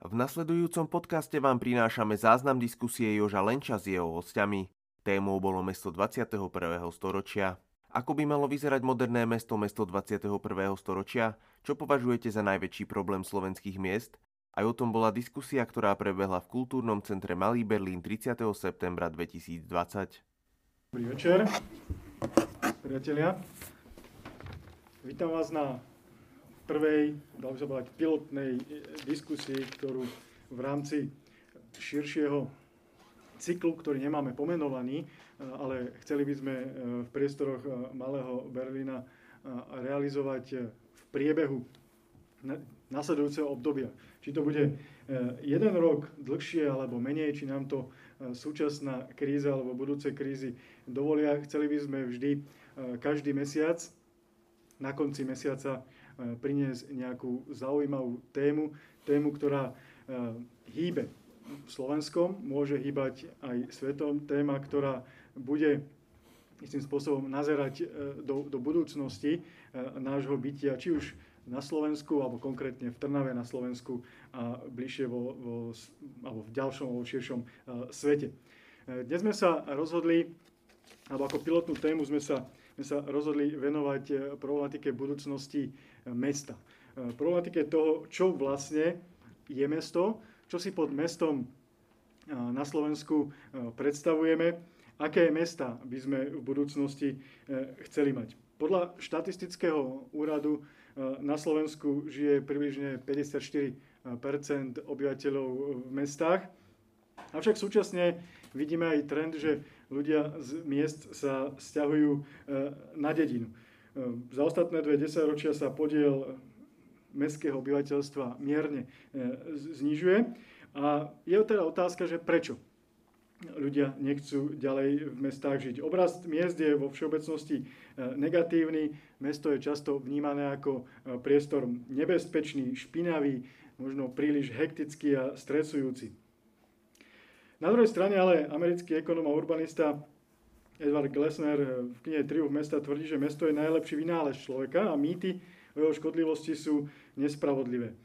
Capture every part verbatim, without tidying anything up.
V nasledujúcom podcaste vám prinášame záznam diskusie Joža Lenča s jeho hostiami. Témou bolo mesto dvadsiateho prvého storočia. Ako by malo vyzerať moderné mesto, mesto dvadsiateho prvého storočia? Čo považujete za najväčší problém slovenských miest? Aj o tom bola diskusia, ktorá prebehla v kultúrnom centre Malý Berlín tridsiateho septembra dvetisícdvadsať. Dobrý večer, priatelia. Vítam vás na prvej, dalo by sa povedať, pilotnej diskusii, ktorú v rámci širšieho cyklu, ktorý nemáme pomenovaný, ale chceli by sme v priestoroch Malého Berlína realizovať v priebehu nasledujúceho obdobia. Či to bude jeden rok dlhšie alebo menej, či nám to súčasná kríza alebo budúce krízy dovolia. Chceli by sme vždy každý mesiac, na konci mesiaca, priniesť nejakú zaujímavú tému, tému, ktorá hýbe Slovenskom, môže hýbať aj svetom, téma, ktorá bude istým spôsobom nazerať do, do budúcnosti nášho bytia, či už na Slovensku, alebo konkrétne v Trnave na Slovensku a bližšie vo, vo, alebo v ďalšom, vo širšom svete. Dnes sme sa rozhodli, alebo ako pilotnú tému sme sa sme sa rozhodli venovať problematike budúcnosti mesta. Problematike toho, čo vlastne je mesto, čo si pod mestom na Slovensku predstavujeme, aké mesta by sme v budúcnosti chceli mať. Podľa štatistického úradu na Slovensku žije približne päťdesiatštyri percent obyvateľov v mestách, avšak súčasne vidíme aj trend, že ľudia z miest sa sťahujú na dedinu. Za ostatné dve desaťročia sa podiel mestského obyvateľstva mierne znižuje. A je teda otázka, že prečo ľudia nechcú ďalej v mestách žiť. Obraz miest je vo všeobecnosti negatívny. Mesto je často vnímané ako priestor nebezpečný, špinavý, možno príliš hektický a stresujúci. Na druhej strane ale americký ekonóm a urbanista Edward Glessner v knihe Triumf mesta tvrdí, že mesto je najlepší vynález človeka a mýty o jeho škodlivosti sú nespravodlivé.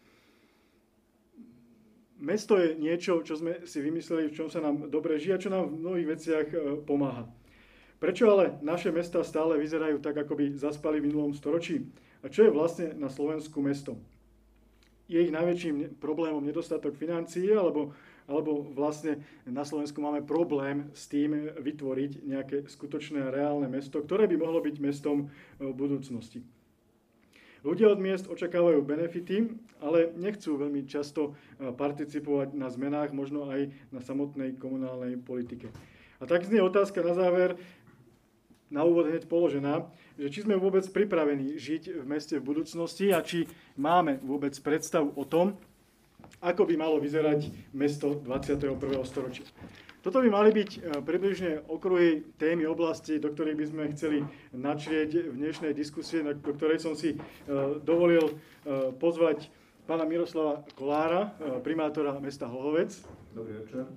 Mesto je niečo, čo sme si vymysleli, v čom sa nám dobre žije a čo nám v mnohých veciach pomáha. Prečo ale naše mestá stále vyzerajú tak, ako by zaspali v minulom storočí? A čo je vlastne na Slovensku mestom? Je ich najväčším problémom nedostatok financií, alebo alebo vlastne na Slovensku máme problém s tým vytvoriť nejaké skutočné a reálne mesto, ktoré by mohlo byť mestom v budúcnosti. Ľudia od miest očakávajú benefity, ale nechcú veľmi často participovať na zmenách, možno aj na samotnej komunálnej politike. A tak znie otázka na záver, na úvod hneď položená, že či sme vôbec pripravení žiť v meste v budúcnosti a či máme vôbec predstavu o tom, ako by malo vyzerať mesto dvadsiateho prvého storočia. Toto by mali byť približne okruhy témy oblasti, do ktorých by sme chceli načrieť v dnešnej diskusie, do ktorej som si dovolil pozvať pána Miroslava Kolára, primátora mesta Hlohovec. Dobrý večer.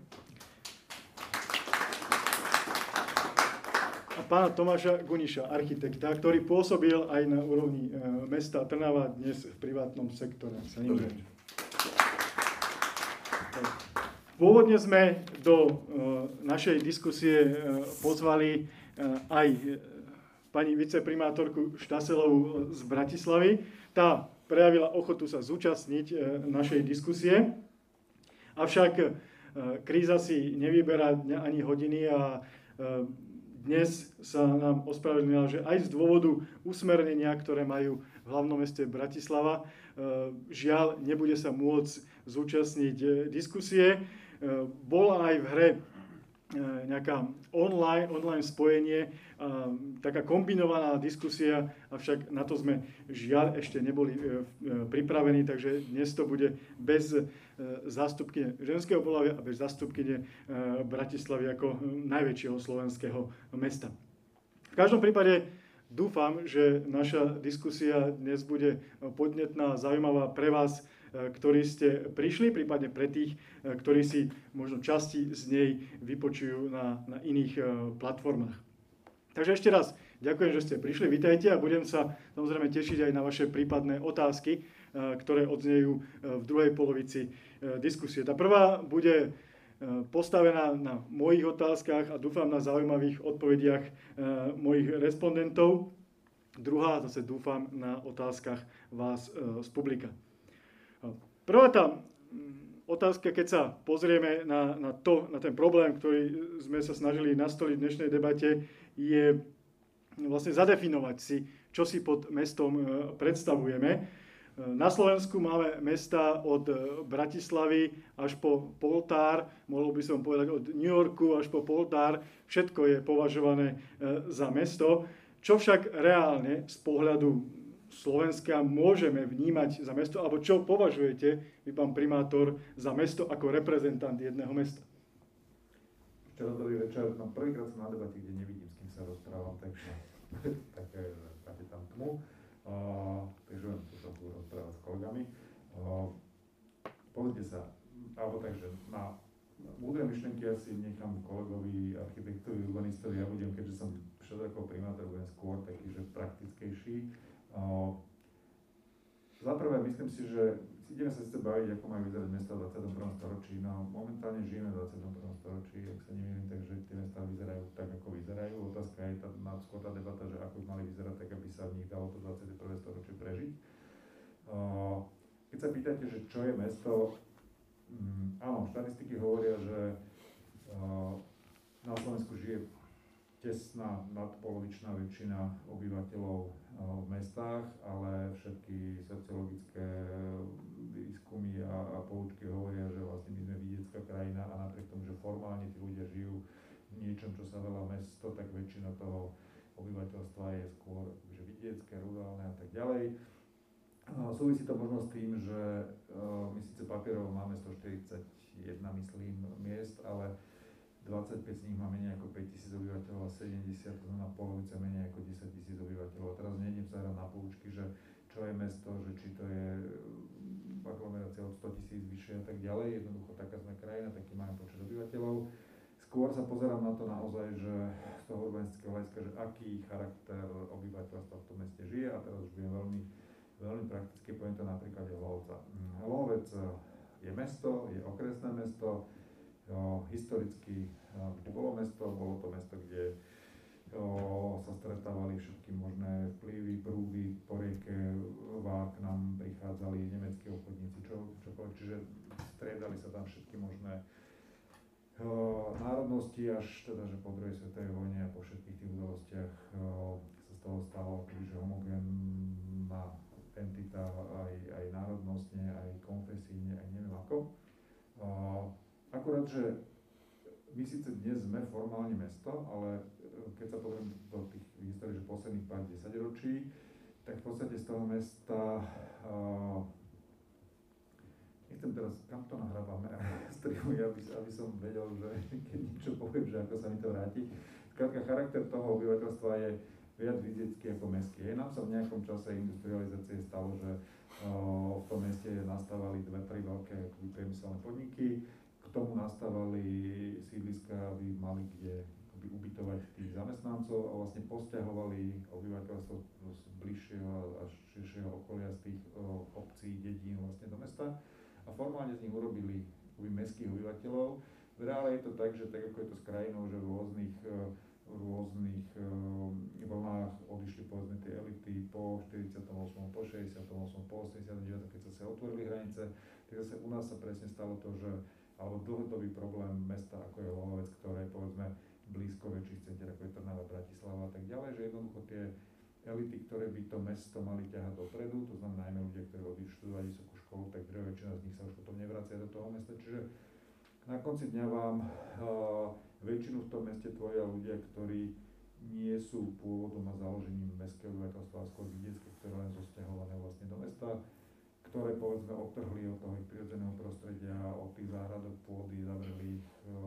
A pána Tomáša Guniša, architekta, ktorý pôsobil aj na úrovni mesta Trnava, dnes v privátnom sektore. Dobrý večer. Pôvodne sme do uh, našej diskusie uh, pozvali uh, aj pani viceprimátorku Štaselovú z Bratislavy. Tá prejavila ochotu sa zúčastniť uh, našej diskusie. Avšak uh, kríza si nevyberá dňa ani hodiny a uh, dnes sa nám ospravedlnila, že aj z dôvodu usmernenia, ktoré majú v hlavnom meste Bratislava, uh, žiaľ, nebude sa môcť zúčastniť uh, diskusie. Bola aj v hre nejaká online, online spojenie, taká kombinovaná diskusia, avšak na to sme žiaľ ešte neboli pripravení, takže dnes to bude bez zástupkyne ženského pohlavia a bez zástupkyne Bratislavy ako najväčšieho slovenského mesta. V každom prípade dúfam, že naša diskusia dnes bude podnetná a zaujímavá pre vás, ktorí ste prišli, prípadne pre tých, ktorí si možno časti z nej vypočujú na, na iných platformách. Takže ešte raz ďakujem, že ste prišli, vítajte a budem sa samozrejme tešiť aj na vaše prípadné otázky, ktoré odznejú v druhej polovici diskusie. Tá prvá bude postavená na mojich otázkach a dúfam na zaujímavých odpovediach mojich respondentov. Druhá zase dúfam na otázkach vás z publika. Prvá tá otázka, keď sa pozrieme na, na, to, na ten problém, ktorý sme sa snažili nastoliť v dnešnej debate, je vlastne zadefinovať si, čo si pod mestom predstavujeme. Na Slovensku máme mesta od Bratislavy až po Poltár, mohol by som povedať od New Yorku až po Poltár, všetko je považované za mesto. Čo však reálne z pohľadu Slovenska môžeme vnímať za mesto, alebo čo považujete vy, pán primátor, za mesto ako reprezentant jedného mesta? Včera dobrý večer, no prvýkrát som na debate, kde nevidím, s kým sa rozprávam, takže také, také tam tmu. Uh, takže budem sa trochu rozprávať s kolegami. Uh, pozrite sa, alebo takže na múdre myšlenky asi nechám kolegovi, architektovi, urbanistovi, ja budem, keďže som šiel ako primátor, budem skôr taký, že praktickejší. Uh, za prvé, myslím si, že ideme sa síce baviť, ako majú vyzerať mesta v dvadsiatom prvom storočí. No momentálne žijeme v dvadsiatom prvom storočí, ak sa nemýlim, takže tie mestá vyzerajú tak, ako vyzerajú. Otázka je tá, skôr tá debata, že ako by mali vyzerať, tak aby sa v nich dalo to dvadsiate prvé storočie prežiť. Uh, keď sa pýtate, že čo je mesto, um, áno, štatistiky hovoria, že uh, na Slovensku žije tesná nadpolovičná väčšina obyvateľov v mestách, ale všetky sociologické výskumy a, a poučky hovoria, že vlastne my sme vidiecká krajina a napriek tomu, že formálne tí ľudia žijú v niečom, čo sa volá mesto, tak väčšina toho obyvateľstva je skôr že vidiecké, rurálne a tak ďalej. A súvisí to možno s tým, že uh, my síce papierovo máme stoštyridsaťjeden, myslím, miest, ale dvadsaťpäť z nich má menej ako päťtisíc obyvateľov a sedemdesiat, to znamená polovica menej ako desaťtisíc obyvateľov. A teraz nejdem sa hrať na poučky, že čo je mesto, že či to je aglomerácia od stotisíc vyššie a tak ďalej. Jednoducho taká sme krajina, taký máme počet obyvateľov. Skôr sa pozerám na to naozaj, že z toho urbanistického hľadiska, že aký charakter obyvateľstva v tom meste žije. A teraz už budem veľmi, veľmi prakticky, poviem to na príklade Hlohovca. Hlohovec je mesto, je okresné mesto. Jo, historicky vždy bolo mesto, bolo to mesto, kde jo, sa stretávali všetky možné vplyvy, prúdy, po rieke Vár k nám prichádzali nemeckí obchodníci, čo, čokoľvek, čiže striedali sa tam všetky možné jo, národnosti, až teda, že po druhej svetovej vojne a po všetkých tých udalostiach jo, sa z toho stalo akože homogénna entita aj, aj národnostne, aj konfesíne, aj neviem ako. Jo, Akurát, že my síce dnes sme formálne mesto, ale keď sa pozriem do tých histórií, že posledných pár desaťročí, tak v podstate z toho mesta, uh, nechcem teraz, kam to nahrávame, strihuj, aby, aby som vedel, že keď niečo poviem, že ako sa mi to vráti. Skrátka, charakter toho obyvateľstva je viac vidiecký ako mestský. Nám sa v nejakom čase industrializácie stalo, že uh, v tom meste nastávali dve, tri veľké priemyselné podniky. K tomu nastávali sídliska, aby mali kde aby ubytovať tých zamestnancov a vlastne posťahovali obyvateľstvo z bližšieho a širšieho okolia z tých o, obcí, dedín vlastne do mesta a formálne z nich urobili mestských obyvateľov. V reále je to tak, že tak ako je to s krajinou, že v rôznych, v rôznych vlnách odišli povedzme tie elity po štyridsiatom ôsmom, po šesťdesiatom ôsmom, po osemdesiatom deviatom, keď sa otvorili hranice, tak zase u nás sa presne stalo to, že alebo dlhodobý problém mesta, ako je Hlohovec, ktoré je povedzme blízko väčších centier, ako je Trnava, Bratislava a tak ďalej, že jednoducho tie elity, ktoré by to mesto mali ťahať dopredu, to znamená najmä ľudia, ktorí odídu študovať vysokú školu, tak drvivá väčšina z nich sa už potom nevracia do toho mesta, čiže na konci dňa vám uh, väčšinu v tom meste tvoria ľudia, ktorí nie sú pôvodom a založením mestského obyvateľstva, ale skôr vidiecké, ktoré len zosťahované vlastne do mesta, ktoré povedzme odtrhli od toho ich prirodzeného prostredia, od tých záhradok pôdy, zavreli ich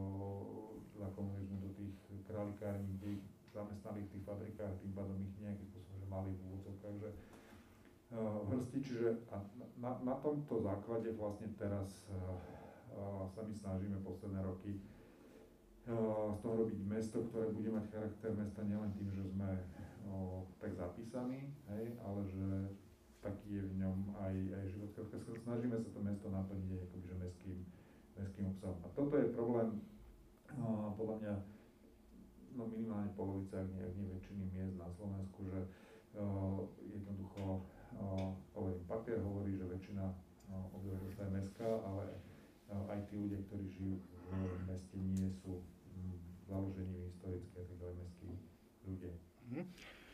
za komunizmu do tých králikární, kde ich zamestnali v tých fabrikách, tým pádom ich nejakým spôsobom, že mali v úvodzovkách, že uh, hrsti, čiže a na, na tomto základe vlastne teraz uh, uh, sa my snažíme posledné roky uh, z toho robiť mesto, ktoré bude mať charakter mesta nielen tým, že sme uh, tak zapísaní, hej, ale že taký je v ňom aj, aj život. Snažíme sa to mesto naplniť aj akoby, že mestským, mestským obsahom. A toto je problém, uh, podľa mňa, no minimálne polovica, ak nie, ak nie väčšiny miest na Slovensku, že uh, jednoducho, uh, hovorím, papier hovorí, že väčšina uh, obyvateľstva je mestská, ale uh, aj tí ľudia, ktorí žijú v meste, nie sú um, založení historicky a tak ďalej mestskí ľudia. Mm-hmm.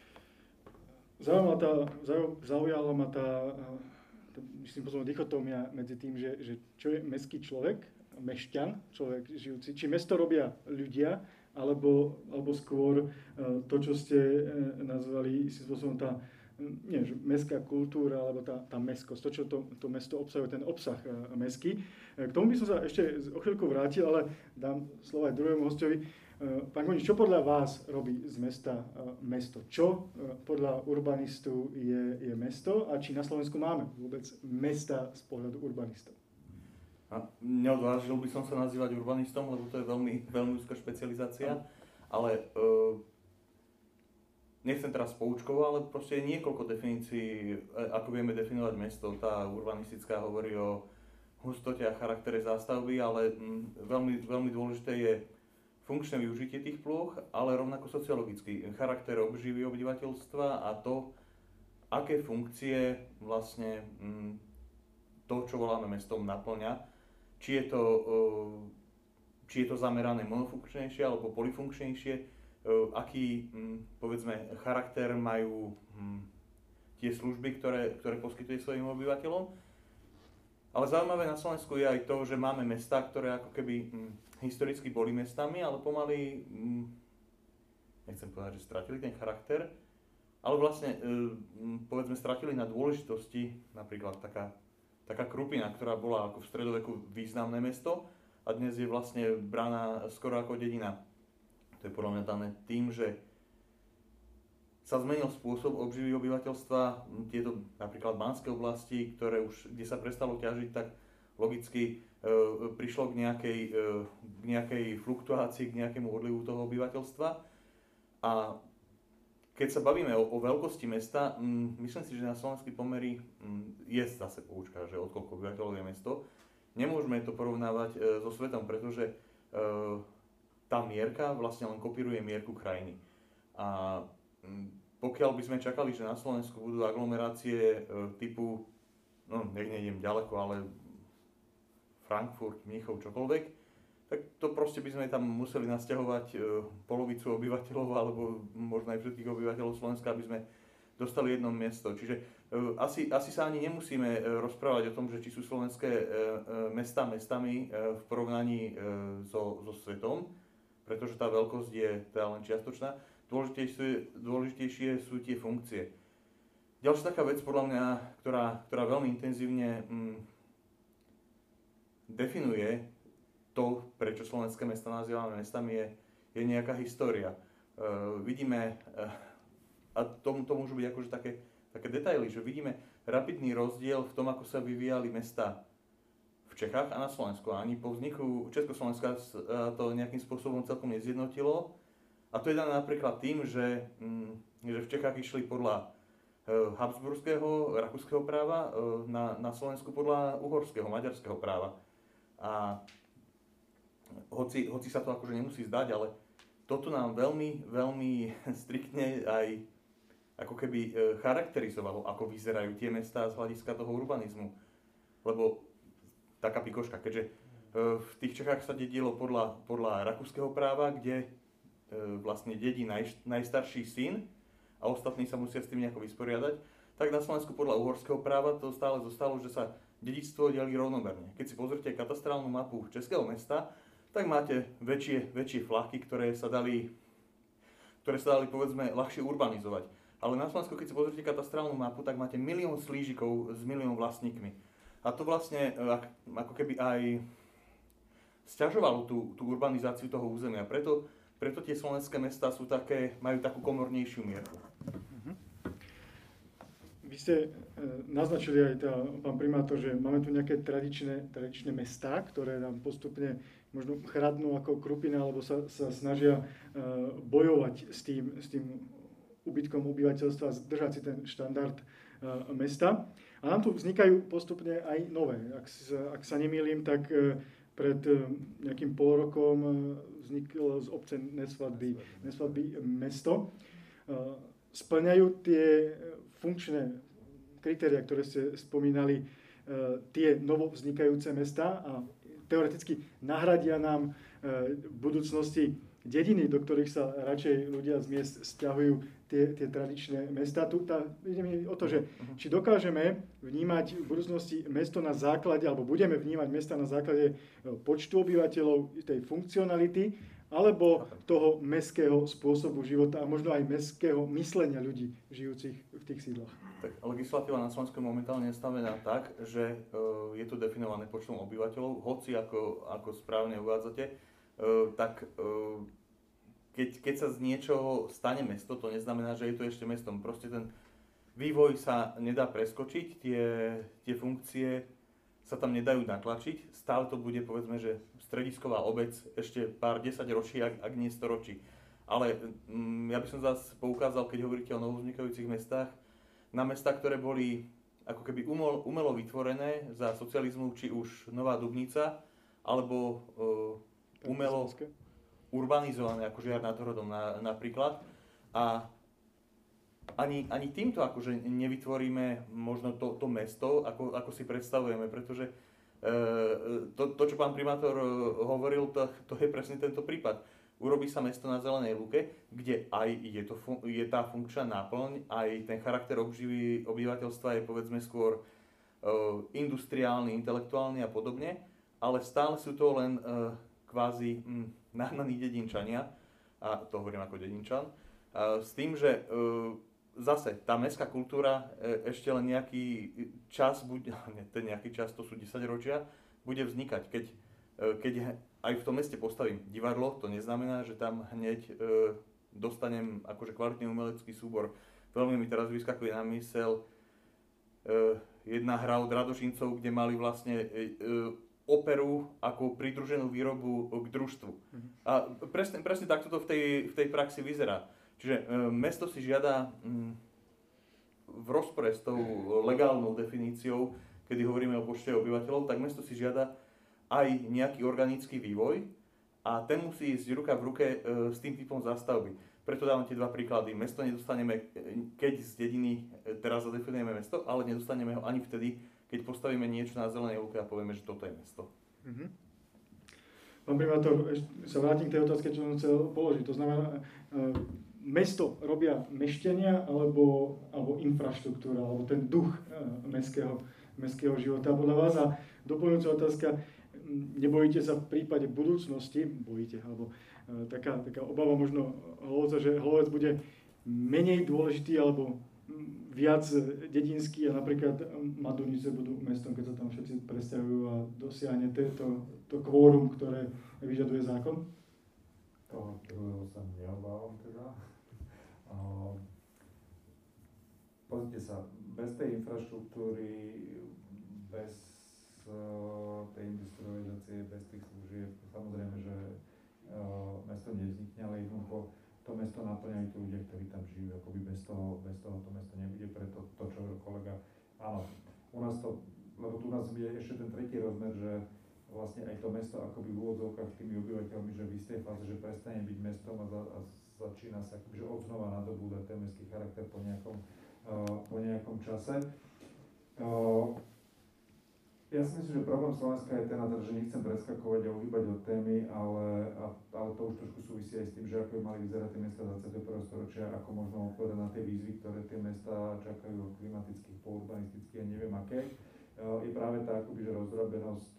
Zaujala, tá, zaujala ma tá, tá myslím, pozvám, dichotómia medzi tým, že, že čo je mestský človek, mešťan, človek žijúci, či mesto robia ľudia, alebo, alebo skôr to, čo ste nazvali si spôsobom tá nie, že mestská kultúra, alebo tá, tá mestskosť, to, čo to, to mesto obsahuje, ten obsah mestský. K tomu by som sa ešte o chvíľku vrátil, ale dám slovo aj druhému hostovi. Pán Gonič, čo podľa vás robí z mesta mesto? Čo podľa urbanistu je, je mesto a či na Slovensku máme vôbec mesta z pohľadu urbanistov? A neodvážil by som sa nazývať urbanistom, lebo to je veľmi, veľmi úzka špecializácia, ale uh, nechcem teraz poučkovo, ale proste je niekoľko definícií, ako vieme definovať mesto. Tá urbanistická hovorí o hustote a charaktere zástavby, ale mm, veľmi, veľmi dôležité je funkčné využitie tých plôch, ale rovnako sociologický charakter obživy obyvateľstva a to, aké funkcie vlastne mm, to, čo voláme mestom, naplňa. Či je to, uh, či je to zamerané monofunkčnejšie alebo polyfunkčnejšie, uh, aký, um, povedzme, charakter majú um, tie služby, ktoré, ktoré poskytuje svojim obyvateľom. Ale zaujímavé na Slovensku je aj to, že máme mestá, ktoré ako keby um, historicky boli mestami, ale pomaly, um, nechcem povedať, že stratili ten charakter, ale vlastne, um, povedzme, stratili na dôležitosti, napríklad taká taká Krupina, ktorá bola ako v stredoveku významné mesto a dnes je vlastne braná skoro ako dedina. To je podľa mňa dané tým, že sa zmenil spôsob obživy obyvateľstva. Tieto napríklad banské oblasti, ktoré už, kde sa prestalo ťažiť, tak logicky e, prišlo k nejakej, e, k nejakej fluktuácii, k nejakému odlivu toho obyvateľstva. A keď sa bavíme o, o veľkosti mesta, m, myslím si, že na slovenský pomery m, je zase poučka, že od koľko obyvateľov je mesto. Nemôžeme to porovnávať e, so svetom, pretože e, tá mierka vlastne len kopíruje mierku krajiny. A m, pokiaľ by sme čakali, že na Slovensku budú aglomerácie e, typu, no nech nejdem ďaleko, ale Frankfurt, Mníchov, čokoľvek, tak to proste by sme tam museli nasťahovať e, polovicu obyvateľov alebo možno aj všetkých obyvateľov Slovenska, aby sme dostali jedno miesto. Čiže e, asi, asi sa ani nemusíme e, rozprávať o tom, že či sú slovenské e, e, mestá mestami e, v porovnaní e, so, so svetom, pretože tá veľkosť je teda len čiastočná. Dôležitejšie, dôležitejšie sú tie funkcie. Ďalšia taká vec, podľa mňa, ktorá, ktorá veľmi intenzívne mm, definuje to, prečo slovenské mesta nazývame mestami, je, je nejaká história. Uh, vidíme, uh, a to, to môžu byť akože také, také detaily, že vidíme rapidný rozdiel v tom, ako sa vyvíjali mesta v Čechách a na Slovensku. Ani po vzniku Československa uh, to nejakým spôsobom celkom nezjednotilo. A to je dané napríklad tým, že, um, že v Čechách išli podľa uh, habsburského, rakúskeho práva, uh, na, na Slovensku podľa uhorského, maďarského práva. A Hoci, hoci sa to akože nemusí zdať, ale toto nám veľmi, veľmi striktne aj ako keby charakterizovalo, ako vyzerajú tie mestá z hľadiska toho urbanizmu. Lebo taká pikoška, keďže v tých Čechách sa dedilo podľa, podľa rakúskeho práva, kde vlastne dedí naj, najstarší syn a ostatní sa musia s tým nejako vysporiadať, tak na Slovensku podľa uhorského práva to stále zostalo, že sa dedičstvo delí rovnomerne. Keď si pozrite katastrálnu mapu Českého mesta, tak máte väčšie, väčšie flaky, ktoré sa dali, ktoré sa dali, povedzme, ľahšie urbanizovať. Ale na Slovensku, keď si pozrite katastrálnu mapu, tak máte milión slížikov s milión vlastníkmi. A to vlastne ako keby aj sťažovalo tú, tú urbanizáciu toho územia. Preto, preto tie slovenské mestá sú také, majú takú komornejšiu mierku. Vy ste e, naznačili aj tá, pán primátor, že máme tu nejaké tradičné, tradičné mestá, ktoré nám postupne možno chradnú ako Krupina, alebo sa, sa snažia e, bojovať s tým, s tým úbytkom obyvateľstva, držať si ten štandard e, mesta. A nám tu vznikajú postupne aj nové. Ak sa, ak sa nemýlim, tak pred nejakým pol rokom vzniklo z obce Nesvadby, Nesvadby mesto. Splňajú tie funkčné kritériá, ktoré ste spomínali, tie novovznikajúce mesta a teoreticky nahradia nám v budúcnosti dediny, do ktorých sa radšej ľudia z miest sťahujú, tie, tie tradičné mesta. Tu tá, ide mi o to, že či dokážeme vnímať v budúcnosti mesto na základe, alebo budeme vnímať mesta na základe počtu obyvateľov, tej funkcionality, alebo toho mestského spôsobu života a možno aj mestského myslenia ľudí žijúcich v tých sídlach. Tak legislatíva na Slovensku je momentálne nastavená tak, že uh, je to definované počtom obyvateľov, hoci ako, ako správne uvádzate, uh, tak uh, keď, keď sa z niečoho stane mesto, to neznamená, že je to ešte mestom. Proste ten vývoj sa nedá preskočiť, tie, tie funkcie sa tam nedajú natlačiť, stále to bude, povedzme, že stredisková obec ešte pár desaťročí, ak, ak nie storočí. Ale mm, ja by som zase poukázal, keď hovoríte o novovznikajúcich mestách, na mestá, ktoré boli ako keby umelo, umelo vytvorené za socializmu, či už Nová Dubnica, alebo uh, umelo urbanizované, ako Žiar nad Hrodom na, napríklad. A ani, ani týmto akože nevytvoríme možno to, to mesto, ako, ako si predstavujeme, pretože e, to, to, čo pán primátor hovoril, to, to je presne tento prípad. Urobí sa mesto na zelenej lúke, kde aj je, to, je tá funkčná náplň, aj ten charakter obživy obyvateľstva je povedzme skôr e, industriálny, intelektuálny a podobne, ale stále sú to len e, kvázi m, nahnaní dedinčania, a to hovorím ako dedinčan, a s tým, že e, zase, tá mestská kultúra e, ešte len nejaký čas, bude, nie, ten nejaký čas, to sú desaťročia, bude vznikať. Keď, e, keď aj v tom meste postavím divadlo, to neznamená, že tam hneď e, dostanem akože kvalitný umelecký súbor. Veľmi mi teraz vyskakuje na myseľ e, jedna hra od Radošincov, kde mali vlastne e, e, operu ako pridruženú výrobu k družstvu. A presne, presne takto to v tej, v tej praxi vyzerá. Čiže e, mesto si žiada m, v rozpore s tou legálnou definíciou, kedy hovoríme o počte obyvateľov, tak mesto si žiada aj nejaký organický vývoj a ten musí ísť ruka v ruke e, s tým typom zástavby. Preto dávam tie dva príklady. Mesto nedostaneme, keď z dediny e, teraz zadefinujeme mesto, ale nedostaneme ho ani vtedy, keď postavíme niečo na zelenej lúke a povieme, že toto je mesto. Mm-hmm. Pán primátor, ešte sa vrátim k tej otázke, čo som chcel položiť. To znamená, e, mesto robia meštenia alebo, alebo infraštruktúra, alebo ten duch e, mestského, mestského života podľa vás. A doplňujúca otázka, nebojíte sa v prípade budúcnosti, bojíte, alebo e, taká, taká obava možno Hlohovca, že Hlovec bude menej dôležitý alebo viac dedinský a napríklad Madunice budú mestom, keď sa tam všetci presťahujú a dosiahne to, to kvórum, ktoré vyžaduje zákon? Toho druhého sa neobávam teda. Uh, pozrite sa, bez tej infraštruktúry, bez uh, tej industrializácie, bez tých služieb, samozrejme, že uh, mesto nevznikne, ale jednoducho to mesto naplňajú tí ľudia, ktorí tam žijú, akoby bez toho, bez toho to mesto nebude, preto to, čo hovoril kolega, áno, u nás to, lebo tu nás je ešte ten tretí rozmer, že vlastne aj to mesto akoby v úvodzovkách tými obyvateľmi, že v istej fáze, že prestane byť mestom a, za, a začína sa akoby, že odznova nadobúdať ten mestský charakter po nejakom, uh, po nejakom čase. Uh, Ja si myslím, že problém Slovenska je ten, že nechcem preskakovať a uhýbať od témy, ale, a, ale to už trošku súvisí aj s tým, že ako by mali vyzerať tie mesta dvadsiateho prvého storočia, ako možno odpovedať na tie výzvy, ktoré tie mesta čakajú od klimatických, pourbanistických a neviem aké. Je práve tá akoby, že rozrobenosť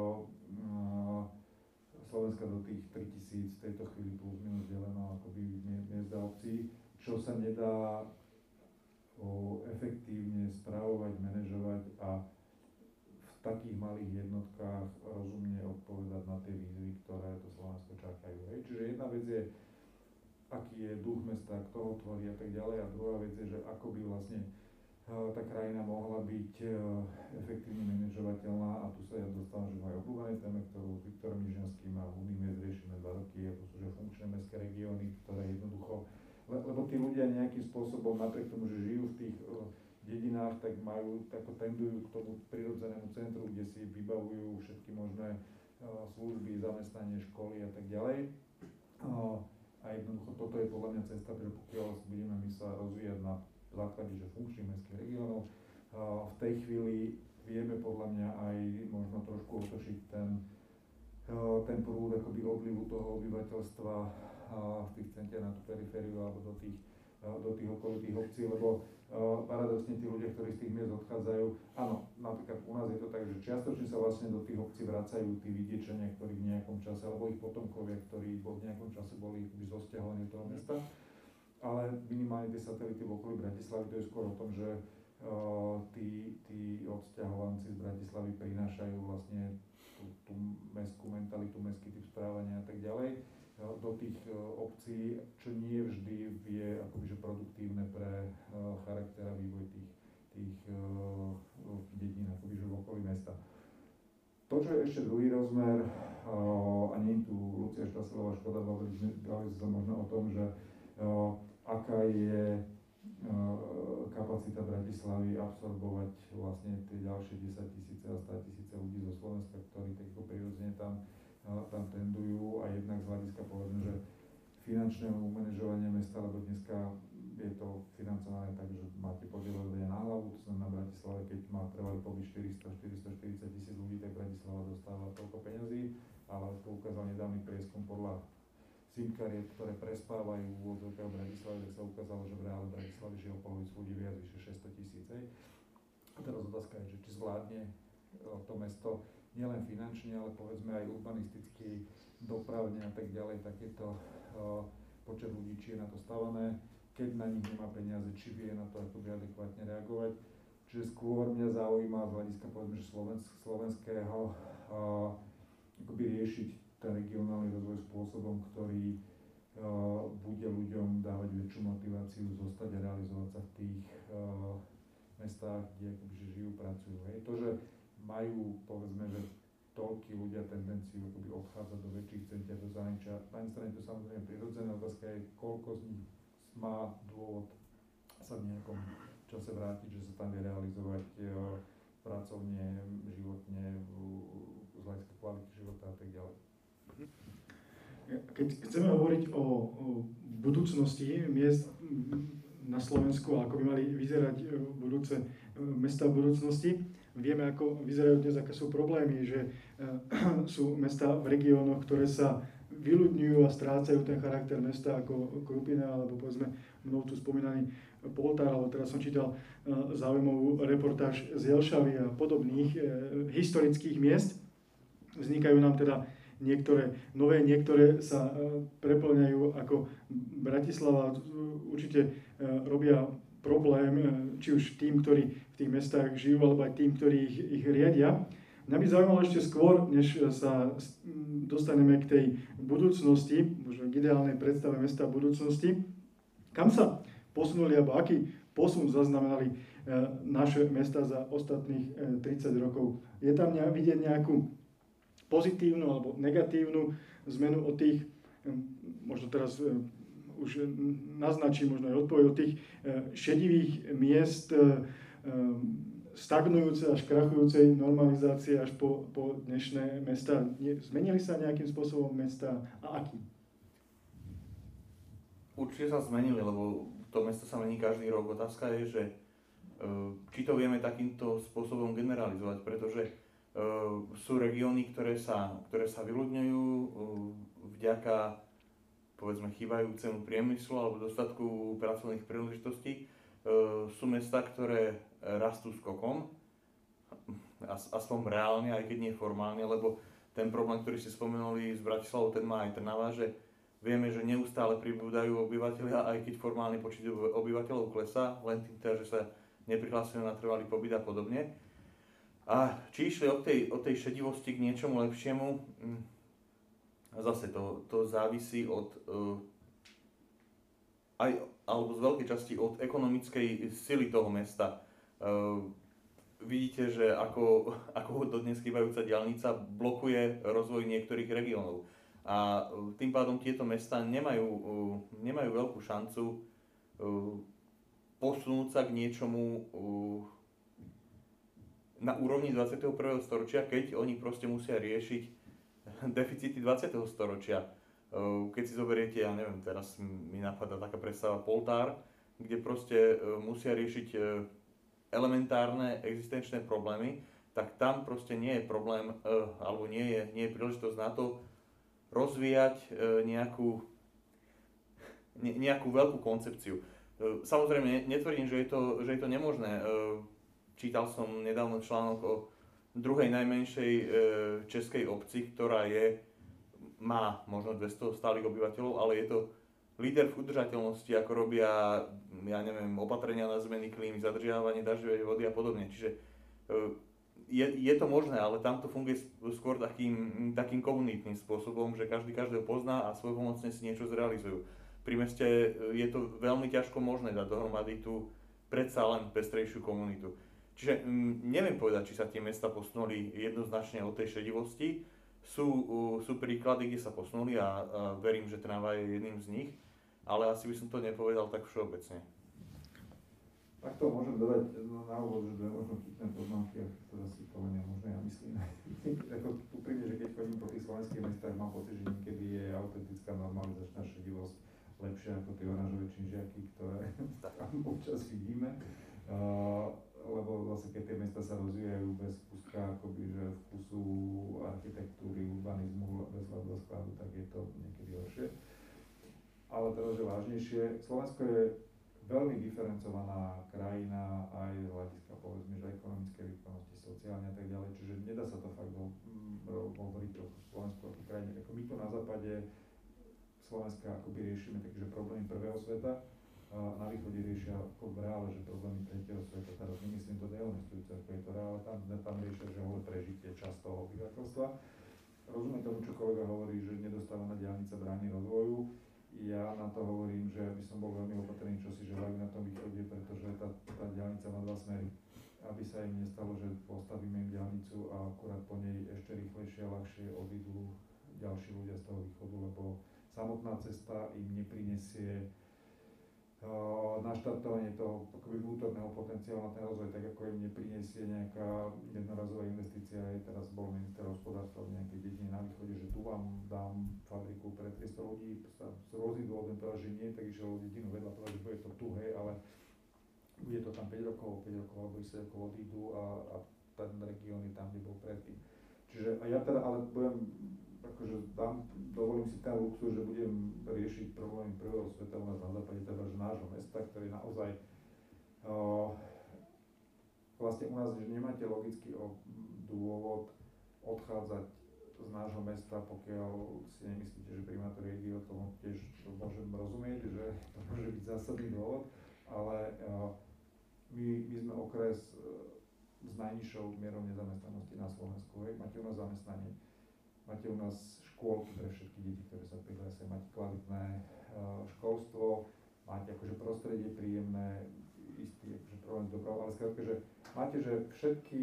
Slovenska do tých tritisíc v tejto chvíli plus minus deleno akoby miest a obcí, čo sa nedá o, efektívne správovať, manažovať a v takých malých jednotkách rozumne odpovedať na tie výzvy, ktoré to Slovensko čakajú. Hej. Čiže jedna vec je, aký je duch mesta, kto ho tvorí a tak ďalej, a druhá vec je, že ako by vlastne uh, tá krajina mohla byť uh, efektívne manažovateľná, a tu sa ja dostávam, že moje obľúbené téme, ktorú s Viktorom Nižanským a Uníme riešime dva roky, a to sú že funkčné mestské regióny, ktoré jednoducho, le, lebo tí ľudia nejakým spôsobom, napriek tomu, že žijú v tých uh, dedinách, tak majú, tako tendujú k tomu prirodzenému centru, kde si vybavujú všetky možné služby, zamestnanie, školy a tak ďalej. A jednoducho toto je podľa mňa cesta, že pokiaľ budeme my sa rozvíjať na základe že funkčných mestských regiónov, v tej chvíli vieme podľa mňa aj možno trošku otočiť ten, ten prúd akoby odlivu toho obyvateľstva z tých centier na tú perifériu alebo do tých, do tých okolitých obcí, lebo paradoxne tí ľudia, ktorí z tých miest odchádzajú, áno, napríklad u nás je to tak, že čiastočne sa vlastne do tých obcí vracajú tí vidiečania, ktorí v nejakom čase, alebo ich potomkovia, ktorí v nejakom čase boli zosťahovaní do toho mesta, ale minimálne tie satelity v okolí Bratislavy, to je skôr o tom, že uh, tí, tí odsťahovanci z Bratislavy prinášajú vlastne tú, tú mestskú mentalitu, mestský typ správania a tak ďalej do tých obcí, čo nie vždy je akoby, že produktívne pre uh, charakter a vývoj tých, tých uh, dedín akoby, že v okolí mesta. To, čo je ešte druhý rozmer, uh, a nie je tu Lucia Štaselová škoda, bavili sme sa možno o tom, že uh, aká je uh, kapacita Bratislavy absorbovať vlastne tie ďalšie desaťtisíce a státisíce ľudí zo Slovenska, ktorí tak prirodzene tam tam tendujú a jednak z hľadiska povedzme, že finančného manažovania mesta, lebo dneska je to financované tak, že máte podiel na hlavu, to znamená Bratislava, keď má trvalý pobyt štyristo až štyristoštyridsať tisíc ľudí, tak Bratislava dostáva toľko peňazí, ale to ukázal nedávny prieskum podľa simkariet, ktoré prespávajú v úvodzovkách Bratislavy, tak sa ukázalo, že v reále Bratislavy žije o polovicu ľudí viac, vyše šesťsto tisíc. A teraz otázka je, že či zvládne to mesto nielen finančne, ale povedzme aj urbanisticky, dopravne a tak ďalej, takéto uh, počet ľudí, či je na to stavané, keď na nich nemá peniaze, či vie na to akoby adekvátne reagovať. Čiže skôr mňa zaujíma z hľadiska povedzme, že slovensk, slovenského uh, akoby riešiť ten regionálny rozvoj spôsobom, ktorý uh, bude ľuďom dávať väčšiu motiváciu zostať a realizovať sa v tých uh, mestách, kde akoby, že žijú, pracujú. Hej. To, že majú, povedzme, že toľkí ľudia tendenciu akoby odchádzať do väčších centier do zahraničia. Na jednej strane to samozrejme prirodzené, otázka je, koľko z nich má dôvod sa v nejakom čase vrátiť, že sa tam vie realizovať e, pracovne, životne, z hľadiska kvality života a tak ďalej. Keď chceme hovoriť o, o budúcnosti miest na Slovensku a ako by mali vyzerať budúce mesta v budúcnosti, vieme, ako vyzerajú dnes, aké sú problémy, že uh, sú mesta v regiónoch, ktoré sa vyľudňujú a strácajú ten charakter mesta ako Krupina, alebo povedzme mnou tu spomínaný Poltár, alebo teraz som čítal uh, zaujímavú reportáž z Jelšavy a podobných uh, historických miest. Vznikajú nám teda niektoré nové, niektoré sa uh, preplňajú ako Bratislava. Určite uh, robia problém, či už tým, ktorí v tých mestách žijú, alebo aj tým, ktorí ich, ich riadia. Mňa by zaujímalo ešte skôr, než sa dostaneme k tej budúcnosti, možno k ideálnej predstave mesta v budúcnosti, kam sa posunuli, alebo aký posun zaznamenali naše mesta za ostatných tridsať rokov. Je tam vidieť nejakú pozitívnu alebo negatívnu zmenu od tých, možno teraz už naznačím možno aj odpoveď od tých šedivých miest stagnujúcej až krachujúcej normalizácie až po, po dnešné mesta. Zmenili sa nejakým spôsobom mesta a akým? Určite sa zmenili, lebo to mesto sa mení každý rok. Otázka je, že či to vieme takýmto spôsobom generalizovať, pretože sú regióny, ktoré sa, ktoré sa vyľudňujú vďaka povedzme chýbajúcemu priemyslu alebo dostatku pracovných príležitostí. E, sú mestá, ktoré rastú skokom, as, aspoň reálne, aj keď nie formálne, lebo ten problém, ktorý ste spomenuli s Bratislavou, ten má aj Trnava, že vieme, že neustále pribúdajú obyvateľia, aj keď formálny počet obyvateľov klesá, len tým teda, že sa neprihlásujú na trvalý pobyt a podobne. A či išli od tej, od tej šedivosti k niečomu lepšiemu, a zase to, to závisí od, uh, aj, alebo z veľkej časti od ekonomickej sily toho mesta. Uh, vidíte, že ako, ako dodnes chýbajúca diaľnica blokuje rozvoj niektorých regiónov. A uh, tým pádom tieto mesta nemajú, uh, nemajú veľkú šancu uh, posunúť sa k niečomu uh, na úrovni dvadsiateho prvého storočia, keď oni proste musia riešiť deficity dvadsiateho storočia. Uh, keď si zoberiete, ja neviem, teraz mi napadá taká predstava Poltár, kde proste uh, musia riešiť uh, elementárne existenčné problémy, tak tam proste nie je problém, uh, alebo nie je, nie je príležitosť na to rozvíjať uh, nejakú, ne, nejakú veľkú koncepciu. Uh, samozrejme, netvrdím, že je to, že je to nemožné. Uh, čítal som nedávno článok o druhej najmenšej uh, českej obci, ktorá je, má možno dvesto stálych obyvateľov, ale je to líder v udržateľnosti, ako robia, ja neviem, opatrenia na zmeny klímy, zadržiavanie dažďovej vody a podobne. Čiže je, je to možné, ale tam to funguje skôr takým, takým komunitným spôsobom, že každý každého pozná a svojpomocne si niečo zrealizujú. Pri meste je to veľmi ťažko možné dať dohromady tú predsa len pestrejšiu komunitu. Čiže neviem povedať, či sa tie mesta posunuli jednoznačne od tej šedivosti. Sú, sú príklady, kde sa posunuli a, a verím, že Trnava je jedným z nich. Ale asi by som to nepovedal tak všeobecne. Tak to môžem dodať na úvod, že dve možno chytné poznámky, a ktoré si poviem, možno ja myslím. Ako úprimne, že keď chodím po tých slovenských mestách, mám pocit, že niekedy je autentická normalizačná šedivosť lepšia ako tie oranžové činžiaky, ktoré tam občas vidíme. Uh, lebo vlastne keď tie mesta sa rozvíjajú bez kúska akoby, že vkusu architektúry, urbanizmu, bez hľadu skladu, tak je to niekedy horšie. Ale teraz, že vážnejšie, Slovensko je veľmi diferencovaná krajina aj z hľadiska, povedzme, že ekonomické výkonnosti, sociálne a tak ďalej, čiže nedá sa to fakt hovoriť o Slovensku ako krajine. Ako my tu na západe Slovenska akoby riešime takže problémy prvého sveta, a na východe riešia ako v reále, že problémy tretieho sveta, teraz nemyslím to dehonestujúce, ako je to reále, tam, tam riešia, že holé prežitie čas toho obyvateľstva. Rozumiem tomu, čo kolega hovorí, že nedostávaná diaľnica bráni rozvoju. Ja na to hovorím, že by som bol veľmi opatrný, čo si želajú na tom východe, pretože tá, tá diaľnica má dva smery. Aby sa im nestalo, že postavíme im diaľnicu a akurát po nej ešte rýchlejšie a ľahšie odídu ďalší ľudia z toho východu, lebo samotná cesta im neprinesie uh, naštartovanie toho akoby vnútorného potenciálu na ten rozvoj, tak ako im neprinesie nejaká jednorazová investícia. Aj teraz bol minister hospodárstva v nejakej dedine na východe, že tu vám dám fabriku pre tristo ľudí, sa z rôznych dôvodov povedal, že nie, tak išiel dedinu vedľa, povedal, že bude to tu, hej, ale bude to tam päť rokov, päť rokov alebo desať rokov odídu a, a ten región je tam, kde bol predtým. Čiže a ja teda ale budem, akože dám, dovolím si ten luxus, že budem riešiť problémy prvého sveta u nás na západe, teda že nášho mesta, ktorý naozaj uh, vlastne u nás, že nemáte logicky o dôvod odchádzať z nášho mesta, pokiaľ si nemyslíte, že primátor je idiot, tomu tiež to môžem rozumieť, že to môže byť zásadný dôvod, ale uh, my, my sme okres uh, s najnižšou mierou nezamestnanosti na Slovensku. Hej. Máte u nás zamestnanie, máte u nás škôlky pre všetky deti, ktoré sa prihlásia, máte kvalitné uh, školstvo, máte akože prostredie príjemné, istý akože problém s dopravou, ale skrátka, že máte, že všetky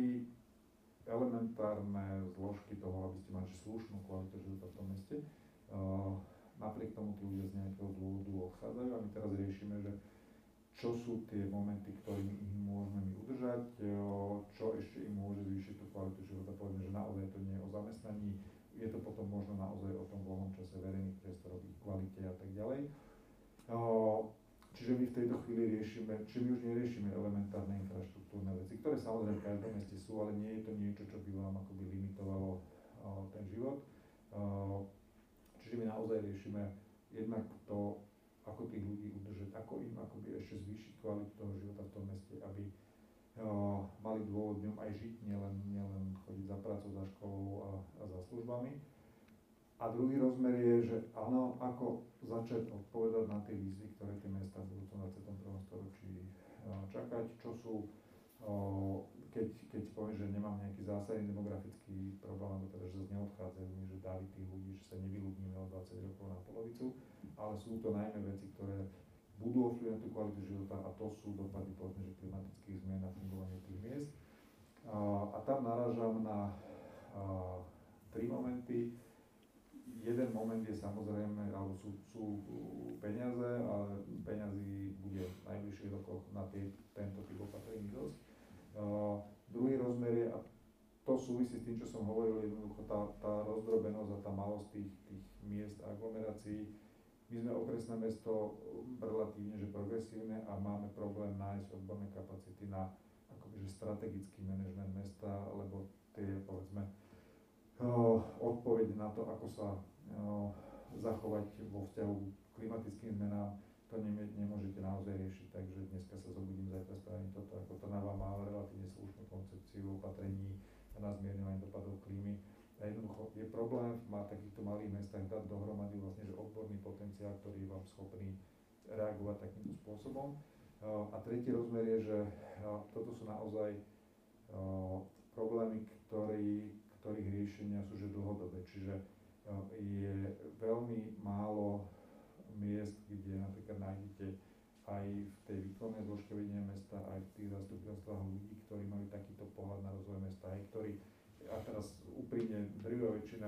elementárne zložky toho, aby ste mali slušnú kvalitu života v tom meste. Uh, napriek tomu tí ľudia z nejakého dôvodu odchádzajú a my teraz riešime, že čo sú tie momenty, ktorými ich môžeme my udržať, čo ešte im môže zvýšiť tú kvalitu života. Povedzme, že naozaj to nie je o zamestnaní, je to potom možno naozaj o tom voľnom čase, verejných priestoroch, ich kvalite a tak ďalej. Čiže my v tejto chvíli riešime, či my už neriešime elementárne infraštruktúrne veci, ktoré samozrejme v každom meste sú, ale nie je to niečo, čo by vám akoby limitovalo ten život. Čiže my naozaj riešime jednak to, ako tých ľudí udržať, ako im akoby ešte zvýšiť kvalitu toho života v tom meste, aby uh, mali dôvod v ňom aj žiť, nielen, nielen chodiť za prácou, za školou a, a za službami. A druhý rozmer je, že áno, ako začať odpovedať na tie výzvy, ktoré tie mestá budú v dvadsiatom prvom storočí uh, čakať, čo sú, uh, keď, keď poviem, že nemám nejaký zásadný demografický problém, alebo teda, že zase neodchádzajú mi, že dáli tých ľudí, že sa nevyľudníme o dvadsať rokov na polovicu, ale sú to najmä veci, ktoré budú ovplyvňovať tú kvalitu života a to sú dopady povedzme, že klimatických zmien na fungovanie tých miest. A, a tam narážam na a, tri momenty. jeden moment je samozrejme, alebo sú, sú peniaze, ale peňazí bude v najbližších rokoch na tie, tento typ opatrení dosť. Uh, druhý rozmer je, a to súvisí s tým, čo som hovoril, jednoducho tá, tá rozdrobenosť a tá malosť tých, tých miest a aglomerácií. My sme okresné mesto relatívne že progresívne a máme problém nájsť odborné kapacity na akoby, že strategický manažment mesta, lebo tie, povedzme, odpoveď na to, ako sa zachovať vo vzťahu k klimatickým zmenám, to nemôžete naozaj riešiť, takže dneska sa zobudím, zajtra spravím toto, ako Trnava má relatívne slušnú koncepciu opatrení na zmierňovanie dopadov klímy. A jednoducho je problém má v takýchto malých mestách dať dohromady vlastne, že odborný potenciál, ktorý je vám schopný reagovať takýmto spôsobom. A tretí rozmer je, že toto sú naozaj problémy, ktorý, ktorých riešenia sú že dlhodobé. Čiže je veľmi málo miest, kde napríklad nájdete aj v tej výkonnej zložke vedenia mesta, aj v tých zastupiteľstvách ľudí, ktorí majú takýto pohľad na rozvoj mesta, aj ktorí, a teraz úprimne drvivá väčšina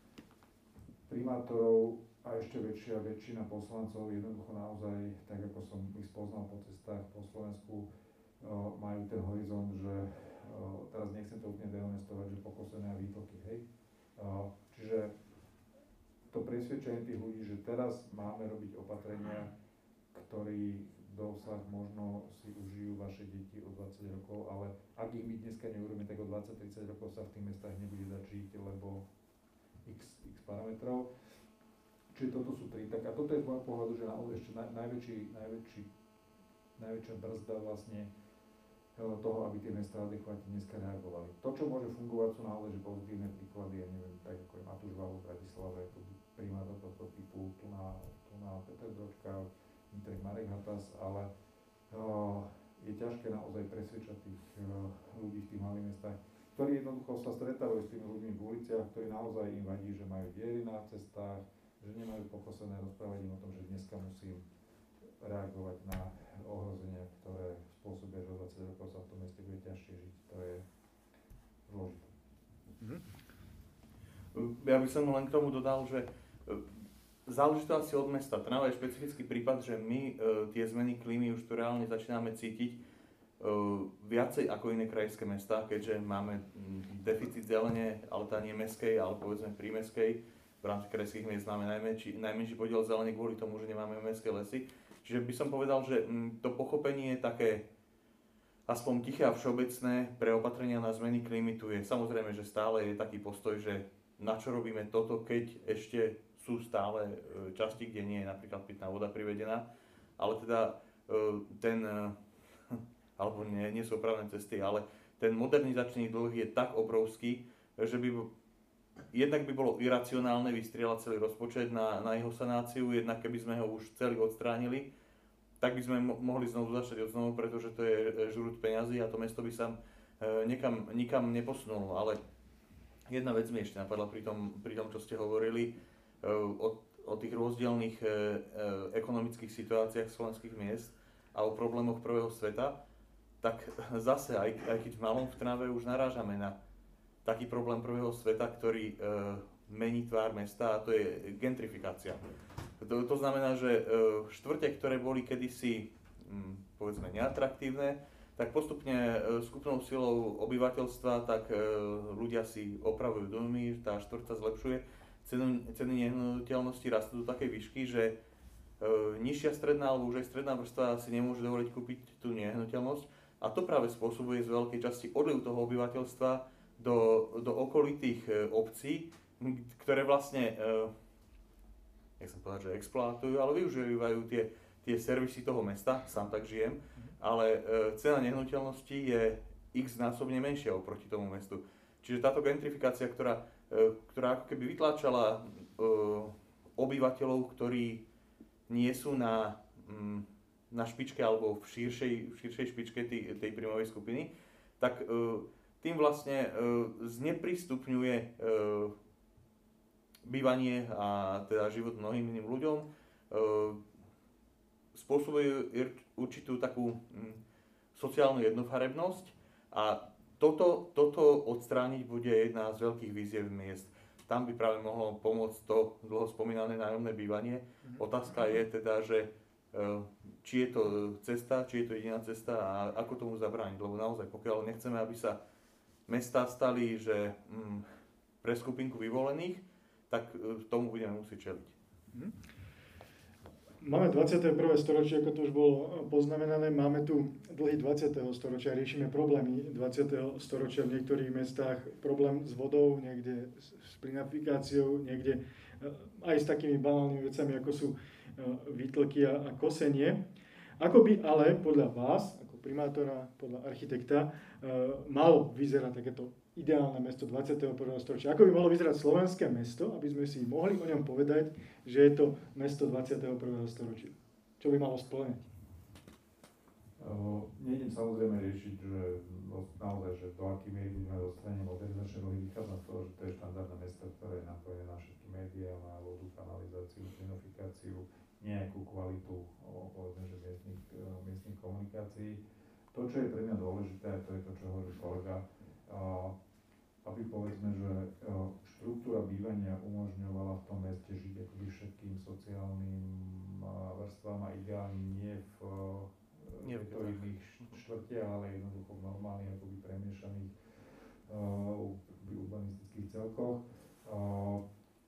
primátorov a ešte väčšia väčšina poslancov jednoducho naozaj, tak ako som ich spoznal po cestách po Slovensku, majú ten horizont, že teraz nechcem to úplne dehonestovať, že pokosené a výtoky, hej. Čiže to presvedčenie tých ľudí, že teraz máme robiť opatrenia, ktorý dosah možno si užijú vaše deti o dvadsať rokov, ale ak ich my dneska neurobíme, tak o dvadsať tridsať rokov sa v tých mestách nebude dať žiť, lebo x, x parametrov. Čiže toto sú tri. Tak a toto je z môjho pohľadu, že naozaj ešte naj, najväčší, najväčší, najväčšia brzda vlastne toho, aby tie mestá adekvátne dneska reagovali. To, čo môže fungovať, sú naozaj že pozitívne príklady, ja neviem, tak ako je Matúš Valu v Bratislave, primátor tohto typu, tu na, tu na Peter Dročka, Interek Marek Hatas, ale uh, je ťažké naozaj presvedčať tých uh, ľudí v tých malých mestách, ktorí jednoducho sa stretávajú s tými ľuďmi v uliciach, ktorí naozaj im vadí, že majú diery na cestách, že nemajú pokosené, rozprávať im o tom, že dneska musím reagovať na ohrozenia, ktoré spôsobia, že o dvadsať rokov sa v tom meste bude ťažšie žiť. To je zložité. Mm-hmm. Ja by som len k tomu dodal, že záleží to asi od mesta. Trnava je špecifický prípad, že my e, tie zmeny klímy už tu reálne začíname cítiť e, viacej ako iné krajské mestá, keďže máme deficit zelene, ale tá nie mestskej, ale povedzme prímestskej. V rámci krajských miest máme najmenší, najmenší podiel zelene kvôli tomu, že nemáme mestské lesy. Čiže by som povedal, že m, to pochopenie je také aspoň tiché a všeobecné pre opatrenia na zmeny klímy tu je. Samozrejme, že stále je taký postoj, že na čo robíme toto, keď ešte sú stále časti, kde nie je napríklad pitná voda privedená, ale teda ten, alebo nie, nie sú opravné cesty, ale ten modernizačný dlh je tak obrovský, že by jednak by bolo iracionálne vystrieľať celý rozpočet na, na jeho sanáciu, jednak keby sme ho už celý odstránili, tak by sme mo- mohli znovu začať od znovu, pretože to je žrút peňazí a to mesto by sa niekam, nikam neposunulo. Ale jedna vec mi ešte napadla pri tom, pri tom čo ste hovorili o, o tých rozdielných e, e, ekonomických situáciách slovenských miest a o problémoch prvého sveta, tak zase, aj, aj keď v malom v Trnave už narážame na taký problém prvého sveta, ktorý e, mení tvár mesta, a to je gentrifikácia. To, to znamená, že e, štvrte, ktoré boli kedysi m, povedzme neatraktívne, tak postupne e, skupnou silou obyvateľstva, tak e, ľudia si opravujú domy, tá štvrť sa zlepšuje, ceny, ceny nehnuteľnosti rastú do takej výšky, že e, nižšia stredná alebo už aj stredná vrstva si nemôže dovoliť kúpiť tú nehnuteľnosť a to práve spôsobuje z veľkej časti odliv toho obyvateľstva do, do okolitých e, obcí, ktoré vlastne, e, nechcem povedať, že exploatujú, ale využívajú tie, tie servisy toho mesta, sám tak žijem, ale e, cena nehnuteľnosti je x násobne menšia oproti tomu mestu. Čiže táto gentrifikácia, ktorá, e, ktorá ako keby vytláčala e, obyvateľov, ktorí nie sú na, m, na špičke alebo v širšej, v širšej špičke tej, tej príjmovej skupiny, tak e, tým vlastne e, zneprístupňuje e, bývanie a teda život mnohým iným ľuďom, e, spôsobuje určitú takú hm, sociálnu jednofarebnosť a toto, toto odstrániť bude jedna z veľkých výziev miest. tam by práve mohlo pomôcť to dlho spomínané nájomné bývanie. Otázka je teda, že či je to cesta, či je to jediná cesta a ako tomu zabrániť, lebo naozaj pokiaľ nechceme, aby sa mestá stali, že mm, pre skupinku vyvolených, tak tomu budeme musieť čeliť. Máme dvadsiate prvé storočie, ako to už bolo poznamenané, máme tu dlhý dvadsiateho storočia, riešime problémy dvadsiateho storočia v niektorých mestách, problém s vodou, niekde s plinifikáciou, niekde aj s takými banálnymi vecami, ako sú výtlky a, a kosenie. Ako by ale podľa vás, ako primátora, podľa architekta, malo vyzerať takéto ideálne mesto dvadsiateho prvého storočia? Ako by malo vyzerať slovenské mesto, aby sme si mohli o ňom povedať, že je to mesto dvadsiateho prvého storočia? Čo by malo spĺňať? Uh, nejdem samozrejme riešiť, že naozaj, že do aký miery budeme do strane modernizačnej rohy, vychádzam z toho, že to je štandardné mesto, ktoré je napojené na všetky médiá, má vodu, kanalizáciu, plinifikáciu, nejakú kvalitu povedzme, že miestnych, miestnych komunikácií. To, čo je pre mňa dôležité, to je to, čo hovorí kolega, uh, aby povedzme, že uh, štruktúra bývania umožňovala v tom meste žiť akoby všetkým sociálnym uh, vrstvám a ideálne nie v uh, nie v iných štvrtiach, ale jednoducho v normálnych akoby premiešaných uh, urbanistických celkoch, uh,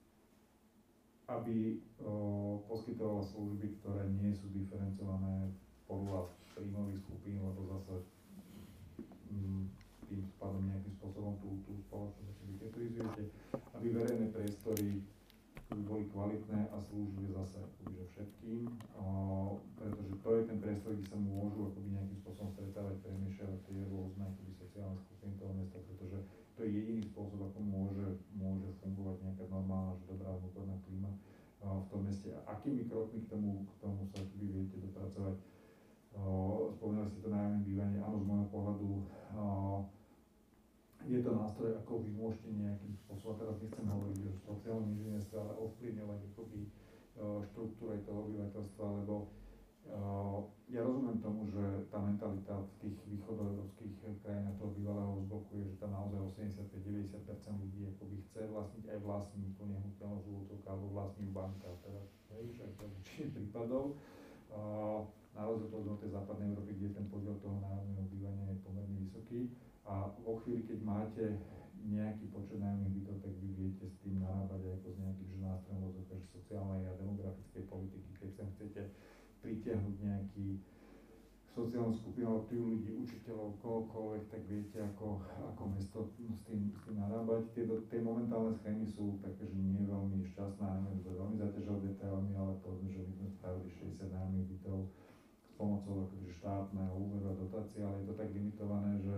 aby uh, poskytovala služby, ktoré nie sú diferencované podľa príjmových skupín, lebo zase um, tým spadom nejakým spôsobom tú, tú spoločnosť vyketrizujete, aby verejné priestory by boli kvalitné a slúžili zase akoby, že všetkým, uh, pretože to je ten priestor, kde sa môžu akoby nejakým spôsobom stretávať, premiešavať tie rôzne akoby sociálne skupiny toho mesta, pretože to je jediný spôsob, ako môže, môže fungovať nejaká normálna, že dobrá vnútorná klíma uh, v tom meste. A akými krokmi k tomu, k tomu sa akoby viete dopracovať? Uh, spomínali ste to nájomné bývanie, áno, z môjho pohľadu uh, je to nástroj, ako vy môžete nejakým spôsobom, teraz nechcem hovoriť o sociálnom inžinierstve, ale ovplyvňovať akoby štruktúru toho obyvateľstva, lebo uh, ja rozumiem tomu, že tá mentalita v tých východoeurópskych krajinách toho bývalého uzbloku je, že tam naozaj osemdesiatpäť až deväťdesiat percent ľudí akoby chce vlastniť aj vlastní tú nehnuteľnosť úvodzovka alebo vlastní banka, teda hej, aj to je väčšine prípadov. Uh, na rozdiel od tej západnej Európy, kde ten podiel toho nájomného bývania je pomerne vysoký. A vo chvíli, keď máte nejaký počet nájomných bytov, tak vy viete s tým narábať ako s nejakým že nástrojom rozvoja sociálnej a demografickej politiky. Keď sem chcete pritiahnuť nejaký sociálnu skupinu, tých ľudí, učiteľov, kohokoľvek, tak viete, ako, ako mesto s tým, s tým narábať. Tie, tie momentálne schémy sú také, že nie veľmi šťastné, neviem, to veľmi zaťažil detailmi, ale povedzme, že my sme spravili šesťdesiat nájomných bytov s pomocou akože štátneho úveru a dotácie, ale je to tak limitované, že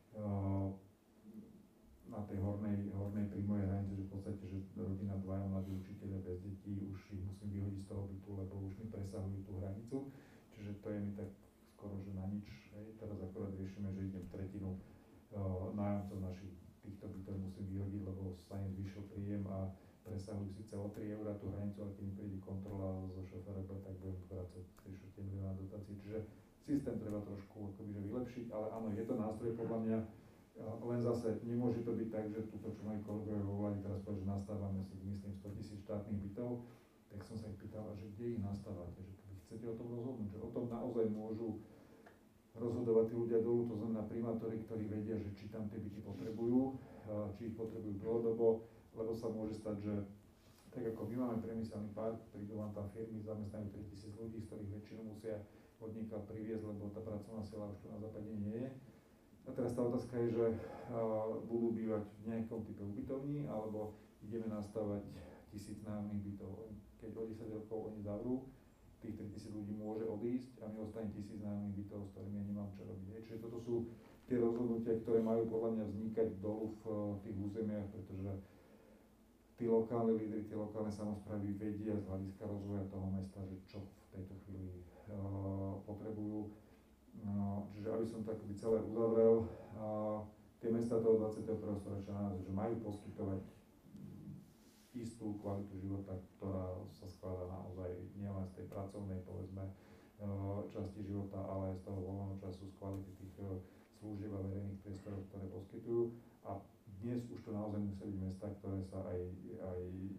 na tej hornej, hornej príjmovej hranice, že v podstate, že rodina, dvaja mladí učiteľia bez detí, už ich musím vyhodiť z toho bytu, lebo už mi presahujú tú hranicu, čiže to je mi tak skoro, že na nič. Hej. Teraz akorát riešime, že idem tretinu uh, nájomcov našich týchto bytov musím vyhodiť, lebo sa im zvýšil príjem a presahujú síce o tri eurá tú hranicu, ale keď mi príde kontrola zo ŠFRB, tak budem vrácať tri štvrte milióna dotácií, čiže systém treba trošku akoby, že vylepšiť, ale áno, je to nástroj podľa mňa, len zase nemôže to byť tak, že túto, čo majú kolegovia vo vláde teraz povedať, že nastávame si, myslím, sto tisíc štátnych bytov, tak som sa ich pýtal, že kde ich nastávate, že keď chcete o tom rozhodnúť, že o tom naozaj môžu rozhodovať tí ľudia dolu, to znamená primátori, ktorí vedia, že či tam tie byty potrebujú, či ich potrebujú dlhodobo, lebo sa môže stať, že tak ako my máme priemyselný park, prídu vám tam firmy, zamestnajú tritisíc ľudí, z ktorých väčšinu musia odniekaľ priviesť, lebo tá pracovná sila už tu na západe nie je. A teraz tá otázka je, že uh, budú bývať v nejakom type ubytovní, alebo ideme nastavať tisíc nájomných bytov. Keď o desať rokov oni zavrú, tých tritisíc ľudí môže odísť a mi ostane tisíc nájomných bytov, s ktorými ja nemám čo robiť. Čiže toto sú tie rozhodnutia, ktoré majú podľa mňa vznikať dolu v uh, tých územiach, pretože tí lokálni lídri, tie lokálne samosprávy vedia z hľadiska rozvoja toho mesta, že čo v tejto chvíli Uh, potrebujú. Uh, čiže aby som to akoby celé uzavrel, uh, tie mestá toho dvadsiateho prvého storočia naozaj, že majú poskytovať istú kvalitu života, ktorá sa skladá naozaj nielen z tej pracovnej, povedzme, uh, časti života, ale aj z toho voľného času, z kvality tých uh, služieb a verejných priestorov, ktoré poskytujú. A dnes už to naozaj musia byť mestá, ktoré sa aj, aj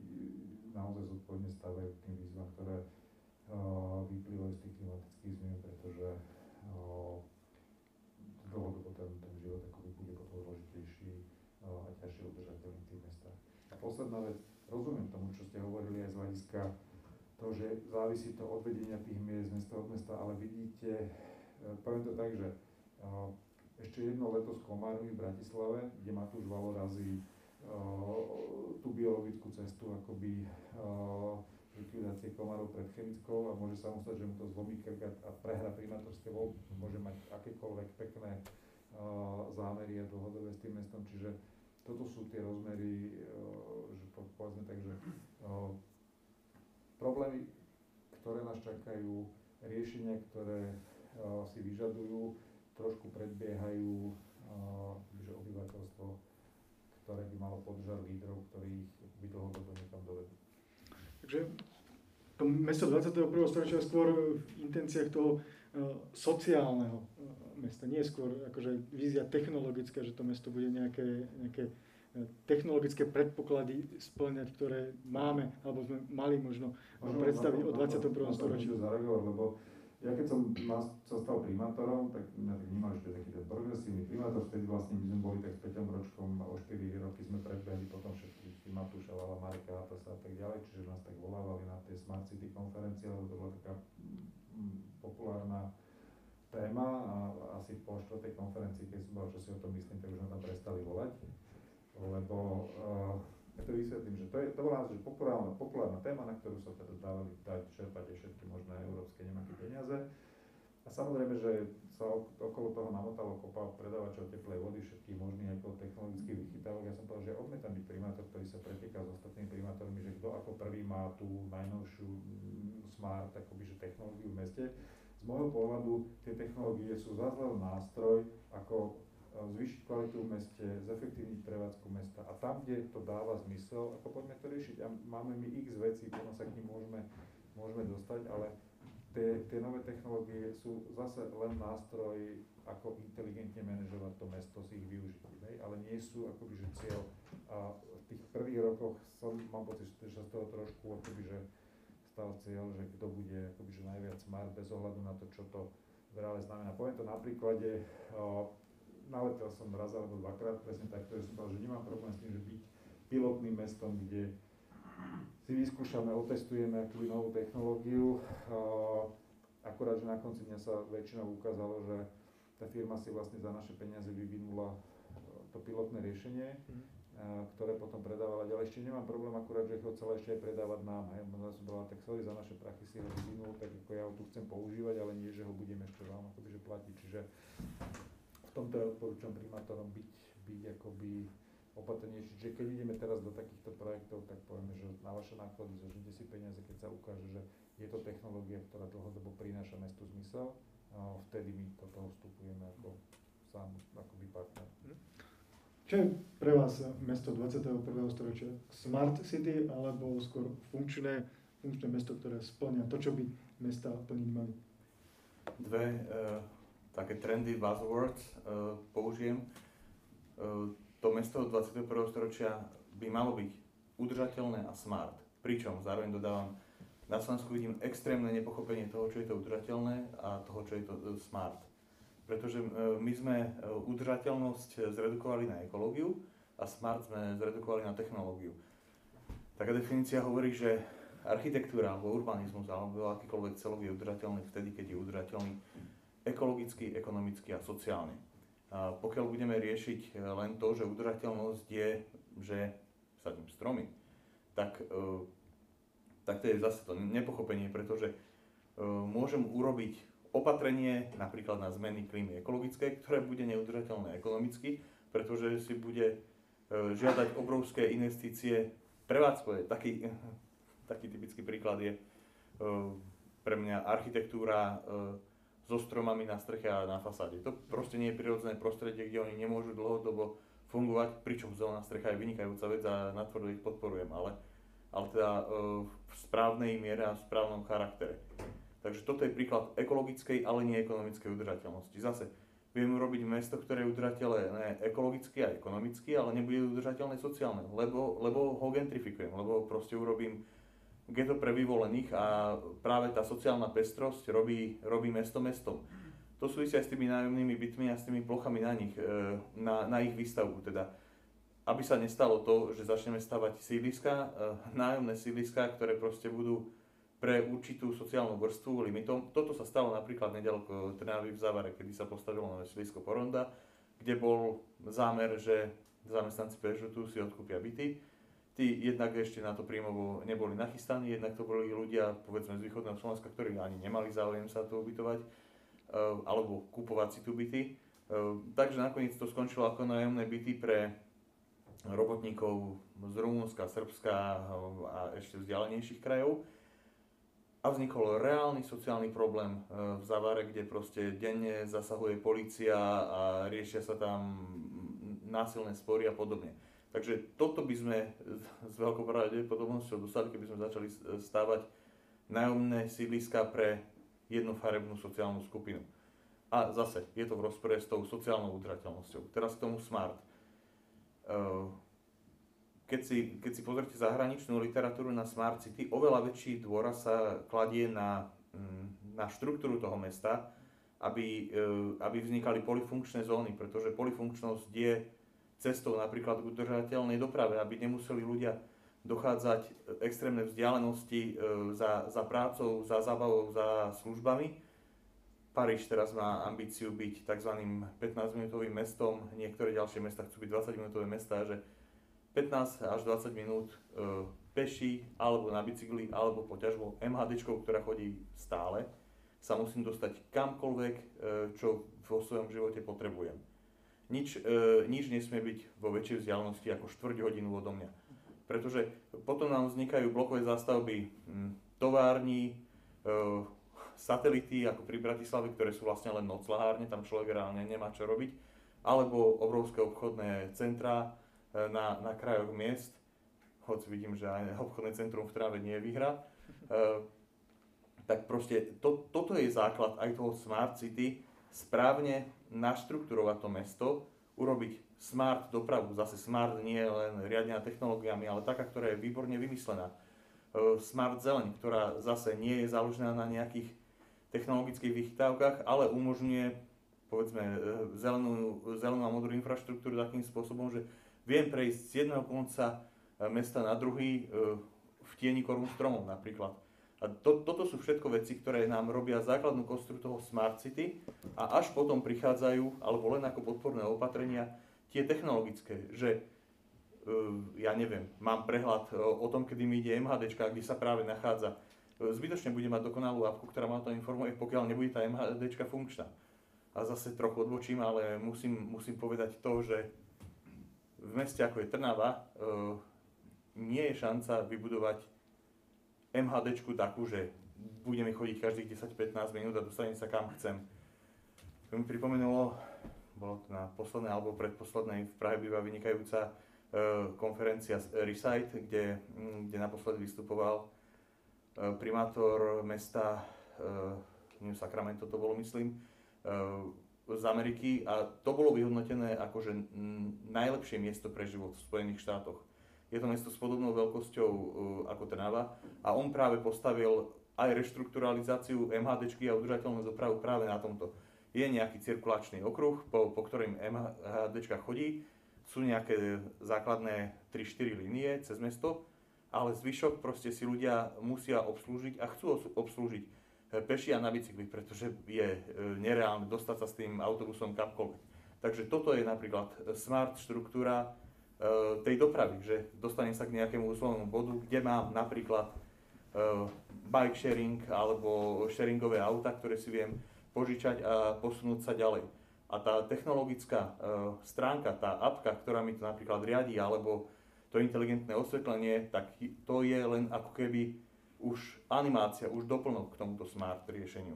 naozaj zodpovedne stavajú k tým výzvam, ktoré uh, vyplývajú z tých klimatických zmien, pretože uh, dlhodobo ten, ten život akoby bude potom zložitejší uh, a ťažšie udržateľný v tých mestách. A posledná vec, rozumiem tomu, čo ste hovorili aj z hľadiska toho, že závisí to od vedenia tých miest, mesta od mesta, ale vidíte, uh, poviem to tak, že uh, ešte jedno leto z Komárny v Bratislave, kde Matúš Valo razí uh, tú biologickú cestu akoby uh, likvidácie komárov pred chemickou a môže sa mu stať, že mu to zlomí krk a prehra primátorské voľby. Môže mať akékoľvek pekné uh, zámery a dlhodobé s tým mestom. Čiže toto sú tie rozmery, uh, že po, povedzme tak, že uh, problémy, ktoré nás čakajú, riešenia, ktoré uh, si vyžadujú, trošku predbiehajú uh, že obyvateľstvo, ktoré by malo podržať lídrov, ktorých by dlhodobo niekam dovedú. Takže to mesto dvadsiateho prvého storočia je skôr v intenciách toho uh, sociálneho uh, mesta, nie skôr akože vízia technologická, že to mesto bude nejaké, nejaké uh, technologické predpoklady spĺňať, ktoré máme, alebo sme mali možno uh, predstaviť o dvadsiatom prvom storočí. Lebo ja keď som nás, sa stal primátorom, tak mňa tak vnímal, že to je taký ten progresívny primátor, vtedy vlastne my sme boli tak s Peťom Ročkom a o štyri roky sme predbehli potom všetkých Matúša, Vala, Mareka, Atasa a tak ďalej, čiže nás tak volávali na tie Smart City konferencie, lebo to bola taká mm, populárna téma a asi po štvrtej konferencii, keď som bol, čo si o tom myslím, tak už sme tam prestali volať, lebo uh, ja to vysvetlím, že to, je, to bola že populárna, populárna téma, na ktorú sa teda dávali dať čerpať aj všetky možné európske nemeké peniaze. A samozrejme, že sa okolo toho namotalo kopa predávačov teplej vody, všetkých možných ako technologických vychytávok. Ja som povedal, že odmietam byť primátor, ktorý sa pretieká s ostatnými primátormi, že kto ako prvý má tú najnovšiu smart akoby, že technológiu v meste. Z môjho pohľadu tie technológie sú zase len nástroj, ako zvýšiť kvalitu v meste, zefektívniť prevádzku mesta a tam, kde to dáva zmysel, ako poďme to riešiť. A máme my x vecí, potom sa k nim môžeme, môžeme dostať, ale tie, tie nové technológie sú zase len nástroj, ako inteligentne manažovať to mesto s ich využitím, ale nie sú akoby, že cieľ. A v tých prvých rokoch som, mám pocit, že sa z toho trošku akoby, že stal cieľ, že kto bude akoby, že najviac smart bez ohľadu na to, čo to v reále znamená. Poviem to na príklade, naletel som raz alebo dvakrát presne takto, že som povedal, že nemám problém s tým, že byť pilotným mestom, kde si vyskúšame, otestujeme akúby novú technológiu. Uh, akurát, že na konci dňa sa väčšinou ukázalo, že tá firma si vlastne za naše peniaze vyvinula to pilotné riešenie, mm. uh, ktoré potom predávala ďalej. Ešte nemám problém, akurát, že ho chcela ešte aj predávať nám. Hej. Možno som bola, tak sorry, za naše prachy si ho vyvinul, tak ako ja ho tu chcem používať, ale nie, že ho budem ešte vám akoby, že platiť. Čiže v tomto ja odporúčam primátorom byť, byť akoby opatrnejší. Čiže keď ideme teraz do takýchto projektov, tak povieme, že na vaše náklady zožite si peniaze, keď sa ukáže, že je to technológia, ktorá dlhodobo prináša mestu zmysel, a vtedy my do toho vstupujeme ako sám akoby partner. Čo je pre vás mesto dvadsiateho prvého storočia? Smart City alebo skôr funkčné, funkčné mesto, ktoré spĺňa to, čo by mesta plniť mali? Dve uh... také trendy, buzzwords uh, použijem. Uh, to mesto dvadsiateho prvého storočia by malo byť udržateľné a smart. Pričom zároveň dodávam, na Slovensku vidím extrémne nepochopenie toho, čo je to udržateľné a toho, čo je to uh, smart. Pretože uh, my sme uh, udržateľnosť zredukovali na ekológiu a smart sme zredukovali na technológiu. Taká definícia hovorí, že architektúra alebo urbanizmus alebo akýkoľvek celok je udržateľný vtedy, keď je udržateľný ekologicky, ekonomicky a sociálne. A pokiaľ budeme riešiť len to, že udržateľnosť je, že sadím stromy, tak, uh, tak to je zase to nepochopenie, pretože uh, môžem urobiť opatrenie napríklad na zmeny klímy ekologické, ktoré bude neudržateľné ekonomicky, pretože si bude uh, žiadať obrovské investície prevádzkové. Taký, taký typický príklad je uh, pre mňa architektúra uh, so stromami na streche a na fasáde. To proste nie je prirodzené prostredie, kde oni nemôžu dlhodobo fungovať, pričom zelená strecha je vynikajúca vec a natvrdo ich podporujem, ale, ale teda e, v správnej miere a v správnom charaktere. Takže toto je príklad ekologickej, ale nie ekonomickej udržateľnosti. Zase, Viem urobiť mesto, ktoré je udržateľné ekologicky a ekonomicky, ale nebude udržateľné sociálne, lebo, lebo ho gentrifikujem, lebo proste urobím geto pre vyvolených a práve tá sociálna pestrosť robí, robí mesto mestom. To súvisia aj s tými nájomnými bytmi a s tými plochami na nich, na, na ich výstavbu. Teda, aby sa nestalo to, že začneme stavať sídliska, nájomné sídliska, ktoré proste budú pre určitú sociálnu vrstvu limitom. Toto sa stalo napríklad nedaleko Trnavy v Závare, kedy sa postavilo nové sídlisko Poronda, kde bol zámer, že zamestnanci Peugeotu si odkúpia byty. Tí jednak ešte na to príjmovo neboli nachystaní, jednak to boli ľudia, povedzme z východného Slovenska, ktorí ani nemali záujem sa tu ubytovať, alebo kúpovať si tu byty. Takže nakoniec to skončilo ako nájomné byty pre robotníkov z Rumunska, Srbska a ešte vzdialenejších krajov. A vznikol reálny sociálny problém v Závare, kde proste denne zasahuje polícia a riešia sa tam násilné spory a podobne. Takže toto by sme s veľkou pravdepodobnosťou dostali, keby sme začali stávať nájomné sídliska pre jednofarebnú sociálnu skupinu. A zase, je to v rozpore s tou sociálnou udržateľnosťou. Teraz k tomu smart. Keď si, keď si pozrite zahraničnú literatúru na Smart City, oveľa väčší dôraz sa kladie na, na štruktúru toho mesta, aby, aby vznikali polyfunkčné zóny, pretože polyfunkčnosť je cestou napríklad k udržateľnej doprave, aby nemuseli ľudia dochádzať extrémne vzdialenosti za, za prácou, za zábavou, za službami. Paríž teraz má ambíciu byť tzv. pätnásťminútovým mestom, niektoré ďalšie mesta chcú byť dvadsaťminútové mestá, že pätnásť až dvadsať minút e, peši, alebo na bicykli, alebo poťažmo MHDčkou, ktorá chodí stále, sa musím dostať kamkoľvek, e, čo vo svojom živote potrebujem. Nič, e, nič nesmie byť vo väčšej vzdialenosti ako štvrť hodinu odo mňa. Pretože potom nám vznikajú blokové zástavby hm, tovární, e, satelity, ako pri Bratislave, ktoré sú vlastne len noclahárne, tam človek reálne nemá čo robiť, alebo obrovské obchodné centrá, Na, na krajoch miest, hoď vidím, že aj obchodné centrum v Trnave nie je výhra, uh, tak proste to, toto je základ aj toho Smart City, správne naštruktúrovať to mesto, urobiť smart dopravu, zase smart nie je len riadená technológiami, ale taká, ktorá je výborne vymyslená. Uh, smart zeleň, ktorá zase nie je založená na nejakých technologických vychytávkach, ale umožňuje povedzme zelenú, zelenú a modrú infraštruktúru takým spôsobom, že viem prejsť z jedného konca mesta na druhý v tieni korún stromov napríklad. A to, toto sú všetko veci, ktoré nám robia základnú kostru toho Smart City a až potom prichádzajú, alebo len ako podporné opatrenia, tie technologické, že ja neviem, mám prehľad o tom, kedy mi ide MHDčka, kde sa práve nachádza. Zbytočne budem mať dokonalú appku, ktorá ma to informuje, pokiaľ nebude tá MHDčka funkčná. A zase trochu odbočím, ale musím, musím povedať to, že v meste ako je Trnava uh, nie je šanca vybudovať MHDčku takú, že budeme chodiť každých desať pätnásť minút a dostanem sa kam chcem. To mi pripomenulo, bolo to na poslednej alebo predposlednej v Prahe býva vynikajúca uh, konferencia Recite, kde, kde naposledy vystupoval uh, primátor mesta uh, New Sacramento, to bolo myslím, uh, z Ameriky a to bolo vyhodnotené ako že najlepšie miesto pre život v Spojených štátoch. Je to mesto s podobnou veľkosťou uh, ako Trnava a on práve postavil aj reštrukturalizáciu MHDčky a udržateľnú dopravu práve na tomto. Je nejaký cirkulačný okruh, po, po ktorým MHDčka chodí, sú nejaké základné tri štyri línie cez mesto, ale zvyšok proste si ľudia musia obslúžiť a chcú obslúžiť peši a na bicykli, pretože je nereálne dostať sa s tým autobusom kamkoľvek. Takže toto je napríklad smart štruktúra e, tej dopravy, že dostanem sa k nejakému úslovnému bodu, kde mám napríklad e, bike sharing alebo sharingové auta, ktoré si viem požičať a posunúť sa ďalej. A tá technologická e, stránka, tá appka, ktorá mi to napríklad riadi, alebo to inteligentné osvetlenie, tak to je len ako keby už animácia, už doplnok k tomuto smart riešeniu.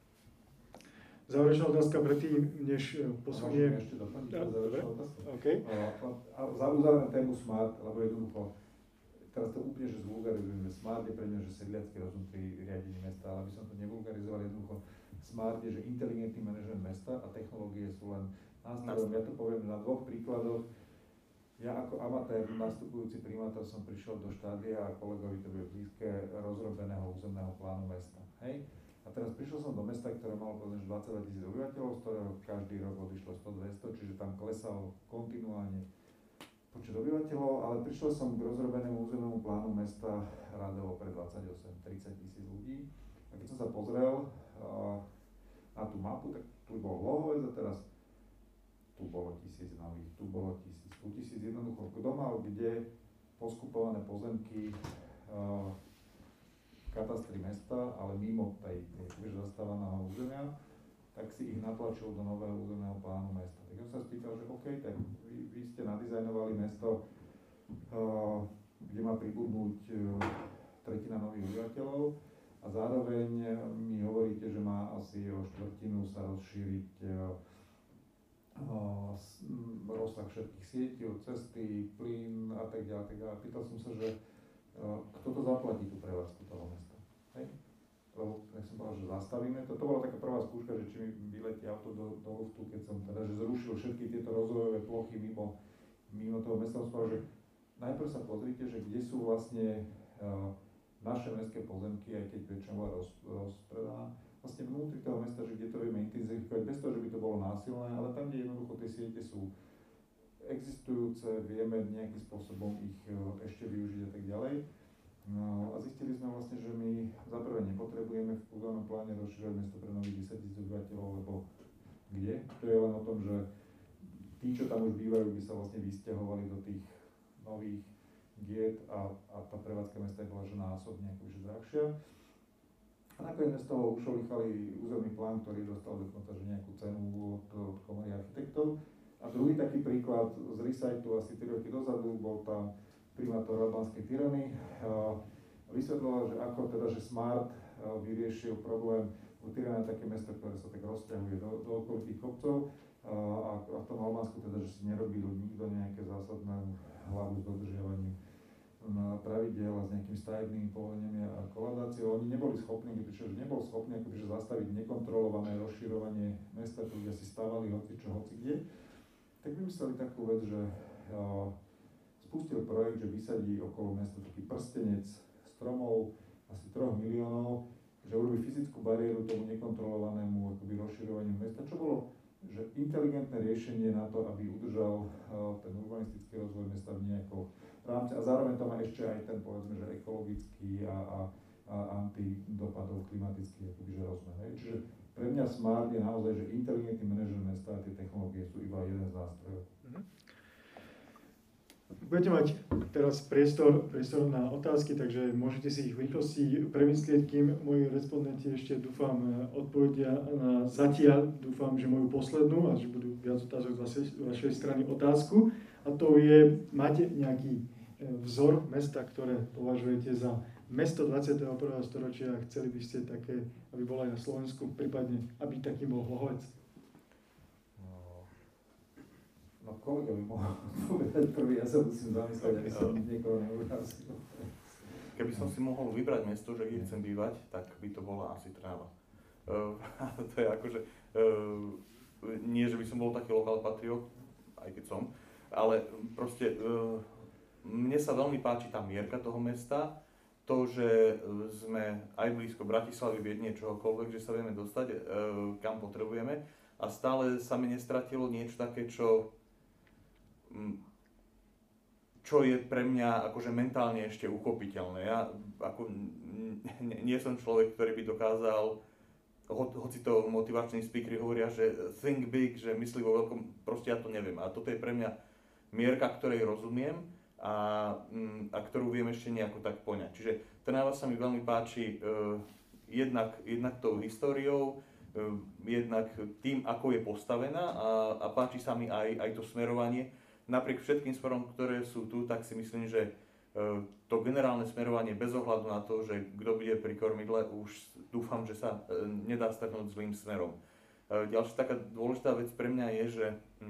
Záverečná otázka predtým, než posunie... Môžeme ešte doplniť ja, záverečnú otázku? Okay. A za uzáverem tému smart, lebo jednoducho, teraz to úplne, že zvulgarizujeme, smart je pre mňa, že sedliacky rozum pri riadení mesta, ale aby som to nevulgarizoval jednoducho, smart je, že inteligentný manažment mesta a technológie sú len nástrojom. Ja to poviem na dvoch príkladoch. Ja ako amatér, nastupujúci primátor som prišiel do štádia a kolegovi to bude blízke rozrobeného územného plánu mesta. Hej? A teraz prišiel som do mesta, ktoré malo povedzme dvadsaťdva tisíc obyvateľov, z ktorého každý rok odišlo sto dvesto, čiže tam klesal kontinuálne počet obyvateľov, ale prišiel som k rozrobenému územnému plánu mesta radovo pre dvadsaťosem tridsať tisíc ľudí. A keď som sa pozrel uh, na tú mapu, tak tu bol Hlohovec a teraz tu bolo tisíc nových, tu bolo tisíc, tu tisíc jednoducho. Kto mal kde poskupované pozemky uh, v katastri mesta, ale mimo tej, tej zastávaného územia, tak si ich natlačil do nového územného plánu mesta. Tak som sa spýtal, že OK, tak vy, vy ste nadizajnovali mesto, uh, kde má pribudnúť uh, tretina nových obyvateľov a zároveň mi hovoríte, že má asi o štvrtinu sa rozšíriť uh, uh, rozsah všetkých sietí, cesty, plyn a tak ďalej. Tak ďalej. Pýtal som sa, že uh, kto to zaplatí tú prevádzku toho mesta. Hej? Lebo, jak som povedal, že zastavíme, to, to bola taká prvá skúška, že či mi vyletí auto do, do luftu, keď som teda, že zrušil všetky tieto rozvojové plochy mimo, mimo toho mesta. Som povedal, že najprv sa pozrite, že kde sú vlastne uh, naše mestské pozemky, aj keď väčšina bola roz, rozpredaná, vlastne vnútri toho mesta, že kde to vieme intenzifikovať, bez toho, že by to bolo násilné, ale tam, kde jednoducho tie siete sú existujúce, vieme nejakým spôsobom ich uh, ešte využiť a tak ďalej. No a zistili sme vlastne, že my za prvé nepotrebujeme v územnom pláne rozšíriť mesto pre nových desať tisíc obyvateľov, lebo kde? To je len o tom, že tí, čo tam už bývajú, by sa vlastne vysťahovali do tých nových diet a, a tá prevádzka mesta je bola že násobne akože drahšia. A nakoniec z toho ušolichali územný plán, ktorý dostal dokonca že nejakú cenu od, od komory architektov. A druhý taký príklad z Resajtu asi tri roky dozadu bol tam primátor Radlanskej Tyrany, vysvetloval, že ako teda, že Smart vyriešil problém, u Tyrana je také mesto, ktoré sa tak rozťahuje do, do okolitých kopcov a, a v tom Albánsku teda, že si nerobil nikto nejaké zásadné hlavu s dodržiavaním pravidiel a s nejakými stavebnými povoleniami a koladáciou. Oni neboli schopní, pretože nebol schopný akože zastaviť nekontrolované rozširovanie mesta, tu ľudia si stavali hoci čo, hoci kde, tak vymysleli takú vec, že spustil projekt, že vysadí okolo mesta taký prstenec stromov, asi troch miliónov, že urobí fyzickú bariéru tomu nekontrolovanému akoby rozširovaniu mesta, čo bolo že inteligentné riešenie na to, aby udržal uh, ten urbanistický rozvoj mesta v nejakom rámci a zároveň to má ešte aj ten povedzme, že ekologický a, a, a antidopadov klimatický akoby, že rozmer. Hej. Čiže pre mňa Smart je naozaj, že inteligentný manažer mesta a tie technológie sú iba jeden z nástrojov. Mm-hmm. Budete mať teraz priestor, priestor na otázky, takže môžete si ich v rýchlosti premyslieť, kým moji respondenti ešte dúfam odpovedia na zatiaľ, dúfam, že moju poslednú a že budú viac otázok z vašej, vašej strany otázku. A to je, máte nejaký vzor mesta, ktoré považujete za mesto dvadsiateho prvého storočia a chceli by ste také, aby bolo aj na Slovensku, prípadne aby taký bol Hlohovec? No kolega by mohol povedať prvý, ja sa musím zamyslieť, aby som niekoho neurazil. Keby som si mohol vybrať mesto, že kde chcem bývať, tak by to bola asi Trnava. Uh, to je akože, uh, nie že by som bol taký lokál patriot, aj keď som, ale proste uh, mne sa veľmi páči tá mierka toho mesta, to, že sme aj blízko Bratislavy, Viedne, čohokoľvek, že sa vieme dostať, uh, kam potrebujeme a stále sa mi nestratilo niečo také, čo čo je pre mňa akože mentálne ešte uchopiteľné. Ja ako, nie, nie som človek, ktorý by dokázal, ho, hoci to motivační speakery hovoria, že think big, že myslí vo veľkom, proste ja to neviem. A toto je pre mňa mierka, ktorej rozumiem a, a ktorú viem ešte nejako tak poňať. Čiže Trnava sa mi veľmi páči uh, jednak, jednak tou históriou, uh, jednak tým, ako je postavená a, a páči sa mi aj, aj to smerovanie. Napriek všetkým smerom, ktoré sú tu, tak si myslím, že to generálne smerovanie bez ohľadu na to, že kto bude pri kormidle, už dúfam, že sa nedá stretnúť zlým smerom. Ďalšia taká dôležitá vec pre mňa je, že,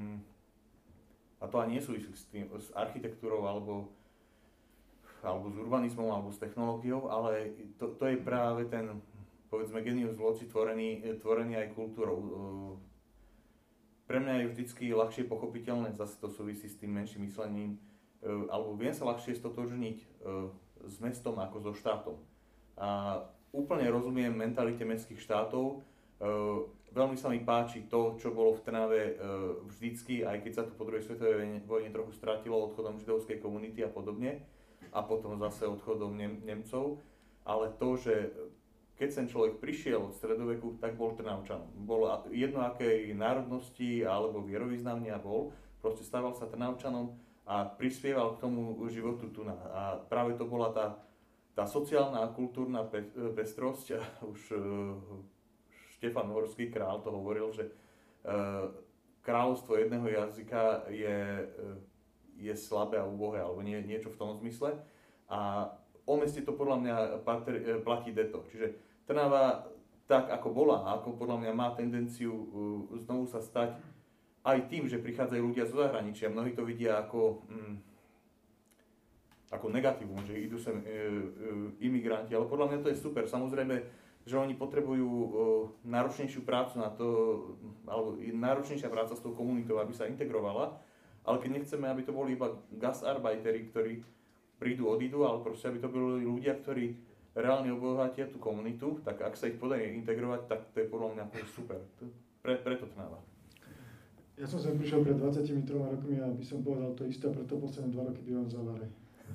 a to ani nesúvisí s, tým, s architektúrou alebo, alebo s urbanizmom alebo s technológiou, ale to, to je práve ten povedzme genius loci tvorený, tvorený aj kultúrou. Pre mňa je vždycky ľahšie pochopiteľné, zase to súvisí s tým menším myslením, alebo viem sa ľahšie stotožniť s mestom ako so štátom. A úplne rozumiem mentalite mestských štátov. Veľmi sa mi páči to, čo bolo v Trnave vždycky, aj keď sa to po druhej svetovej vojne trochu stratilo odchodom židovskej komunity a podobne, a potom zase odchodom Nem- Nemcov. Ale to, že keď ten človek prišiel od stredoveku, tak bol Trnavčanom. Bol jedno akej národnosti alebo vierovyznania bol, proste stával sa Trnavčanom a prispieval k tomu životu tu. A práve to bola tá, tá sociálna a kultúrna pe- pestrosť. A už uh, Štefan Horský král to hovoril, že uh, kráľovstvo jedného jazyka je, uh, je slabé a ubohé, alebo nie, niečo v tom zmysle. A o meste to podľa mňa patr- platí deto. Čiže Trnava tak, ako bola a ako podľa mňa má tendenciu uh, znovu sa stať aj tým, že prichádzajú ľudia zo zahraničia. Mnohí to vidia ako, mm, ako negatívum, že idú sem e, e, imigranti, ale podľa mňa to je super. Samozrejme, že oni potrebujú e, náročnejšiu prácu na to, alebo náročnejšia práca s tou komunitou, aby sa integrovala, ale keď nechceme, aby to boli iba gastarbeiteri, ktorí prídu, odídu, ale proste, aby to boli ľudia, ktorí reálne obohatia tú komunitu, tak ak sa ich podarí integrovať, tak to je podľa mňa super. Pre, preto Trnava. Ja som sem prišiel pred dvadsiatimi troma rokmi a by som povedal to isté, preto posledné dva roky bývam v Zavare.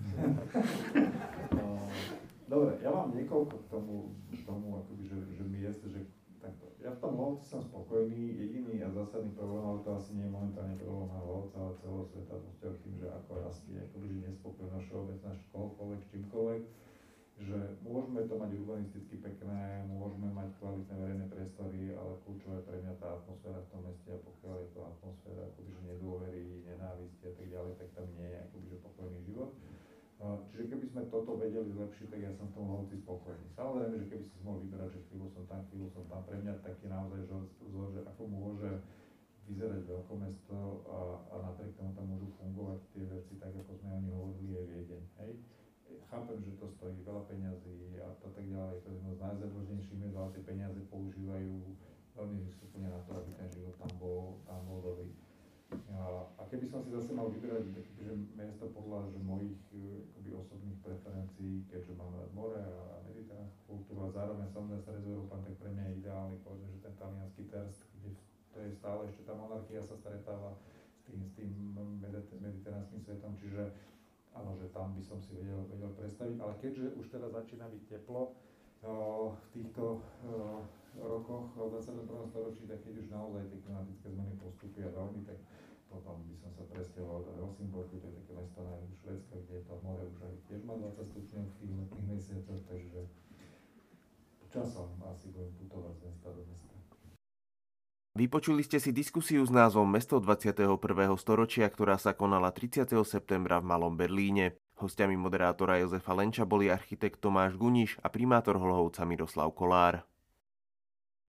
Dobre, ja mám niekoľko k tomu, k tomu akoby, že, že miest, že takto. Ja v tom Hlovci som spokojný, jediný a zásadný problém, ale to asi nie je momentálne problém na Hlovca, ale celého sveta, proste tým, že ako rastie, akoby, že nespokojnosť všeobecná školkoľvek, čímkoľvek, že môžeme to mať urbanisticky pekné, môžeme mať kvalitné verejné priestory, ale kľúčové pre mňa tá atmosféra v tom meste, a pokiaľ je to atmosféra akoby, že nedôvery, nenávisti a tak ďalej, tak tam nie je akoby, že pokojný život. Čiže keby sme toto vedeli zlepšiť, tak ja som v tom Hlovci spokojný. Samozrejme, že keby si mohol vyberať, že chvíľu som tam, chvíľu som tam, pre mňa tak je naozaj vzor, že ako môže vyzerať veľkomesto a, a napriek tomu tam môžu fungovať tie veci tak, ako sme o nich hovorili, je Viedeň. Hej? Chápem, že to stojí veľa peňazí a to tak ďalej, to je jedno z najzadlženejších miest, ale tie peniaze používajú veľmi zmysluplne na to, aby ten život tam bol, tam bol dobrý. A, a keby som si zase mal vyberať že miesto podľa že mojich akoby, osobných preferencií, keďže mám rád more a mediteránskú kultúru a zároveň som zase Európan, tak pre mňa je ideálny, povedzme, že ten taliansky Terst, kde to je stále ešte tá monarchia sa stretáva s tým, s tým mediteránskym svetom, čiže áno, že tam by som si vedel, vedel predstaviť, ale keďže už teda začína byť teplo o, v týchto o, rokoch v dvadsiatom prvom storočí, tak keď už naozaj tie klimatické zmeny postupia veľmi, tak potom by som sa presťahoval do Helsingborgu, to je také mesto na juhu Švédska, kde to more už aj tiež má dvadsať stupňov v tých letných mesiacoch, takže časom asi budem putovať z mesta do mesta. Vypočuli ste si diskusiu s názvom Mesto dvadsiateho prvého storočia, ktorá sa konala tridsiateho septembra v Malom Berlíne. Hostiami moderátora Jozefa Lenča boli architekt Tomáš Guniš a primátor Hlohovca Miroslav Kolár.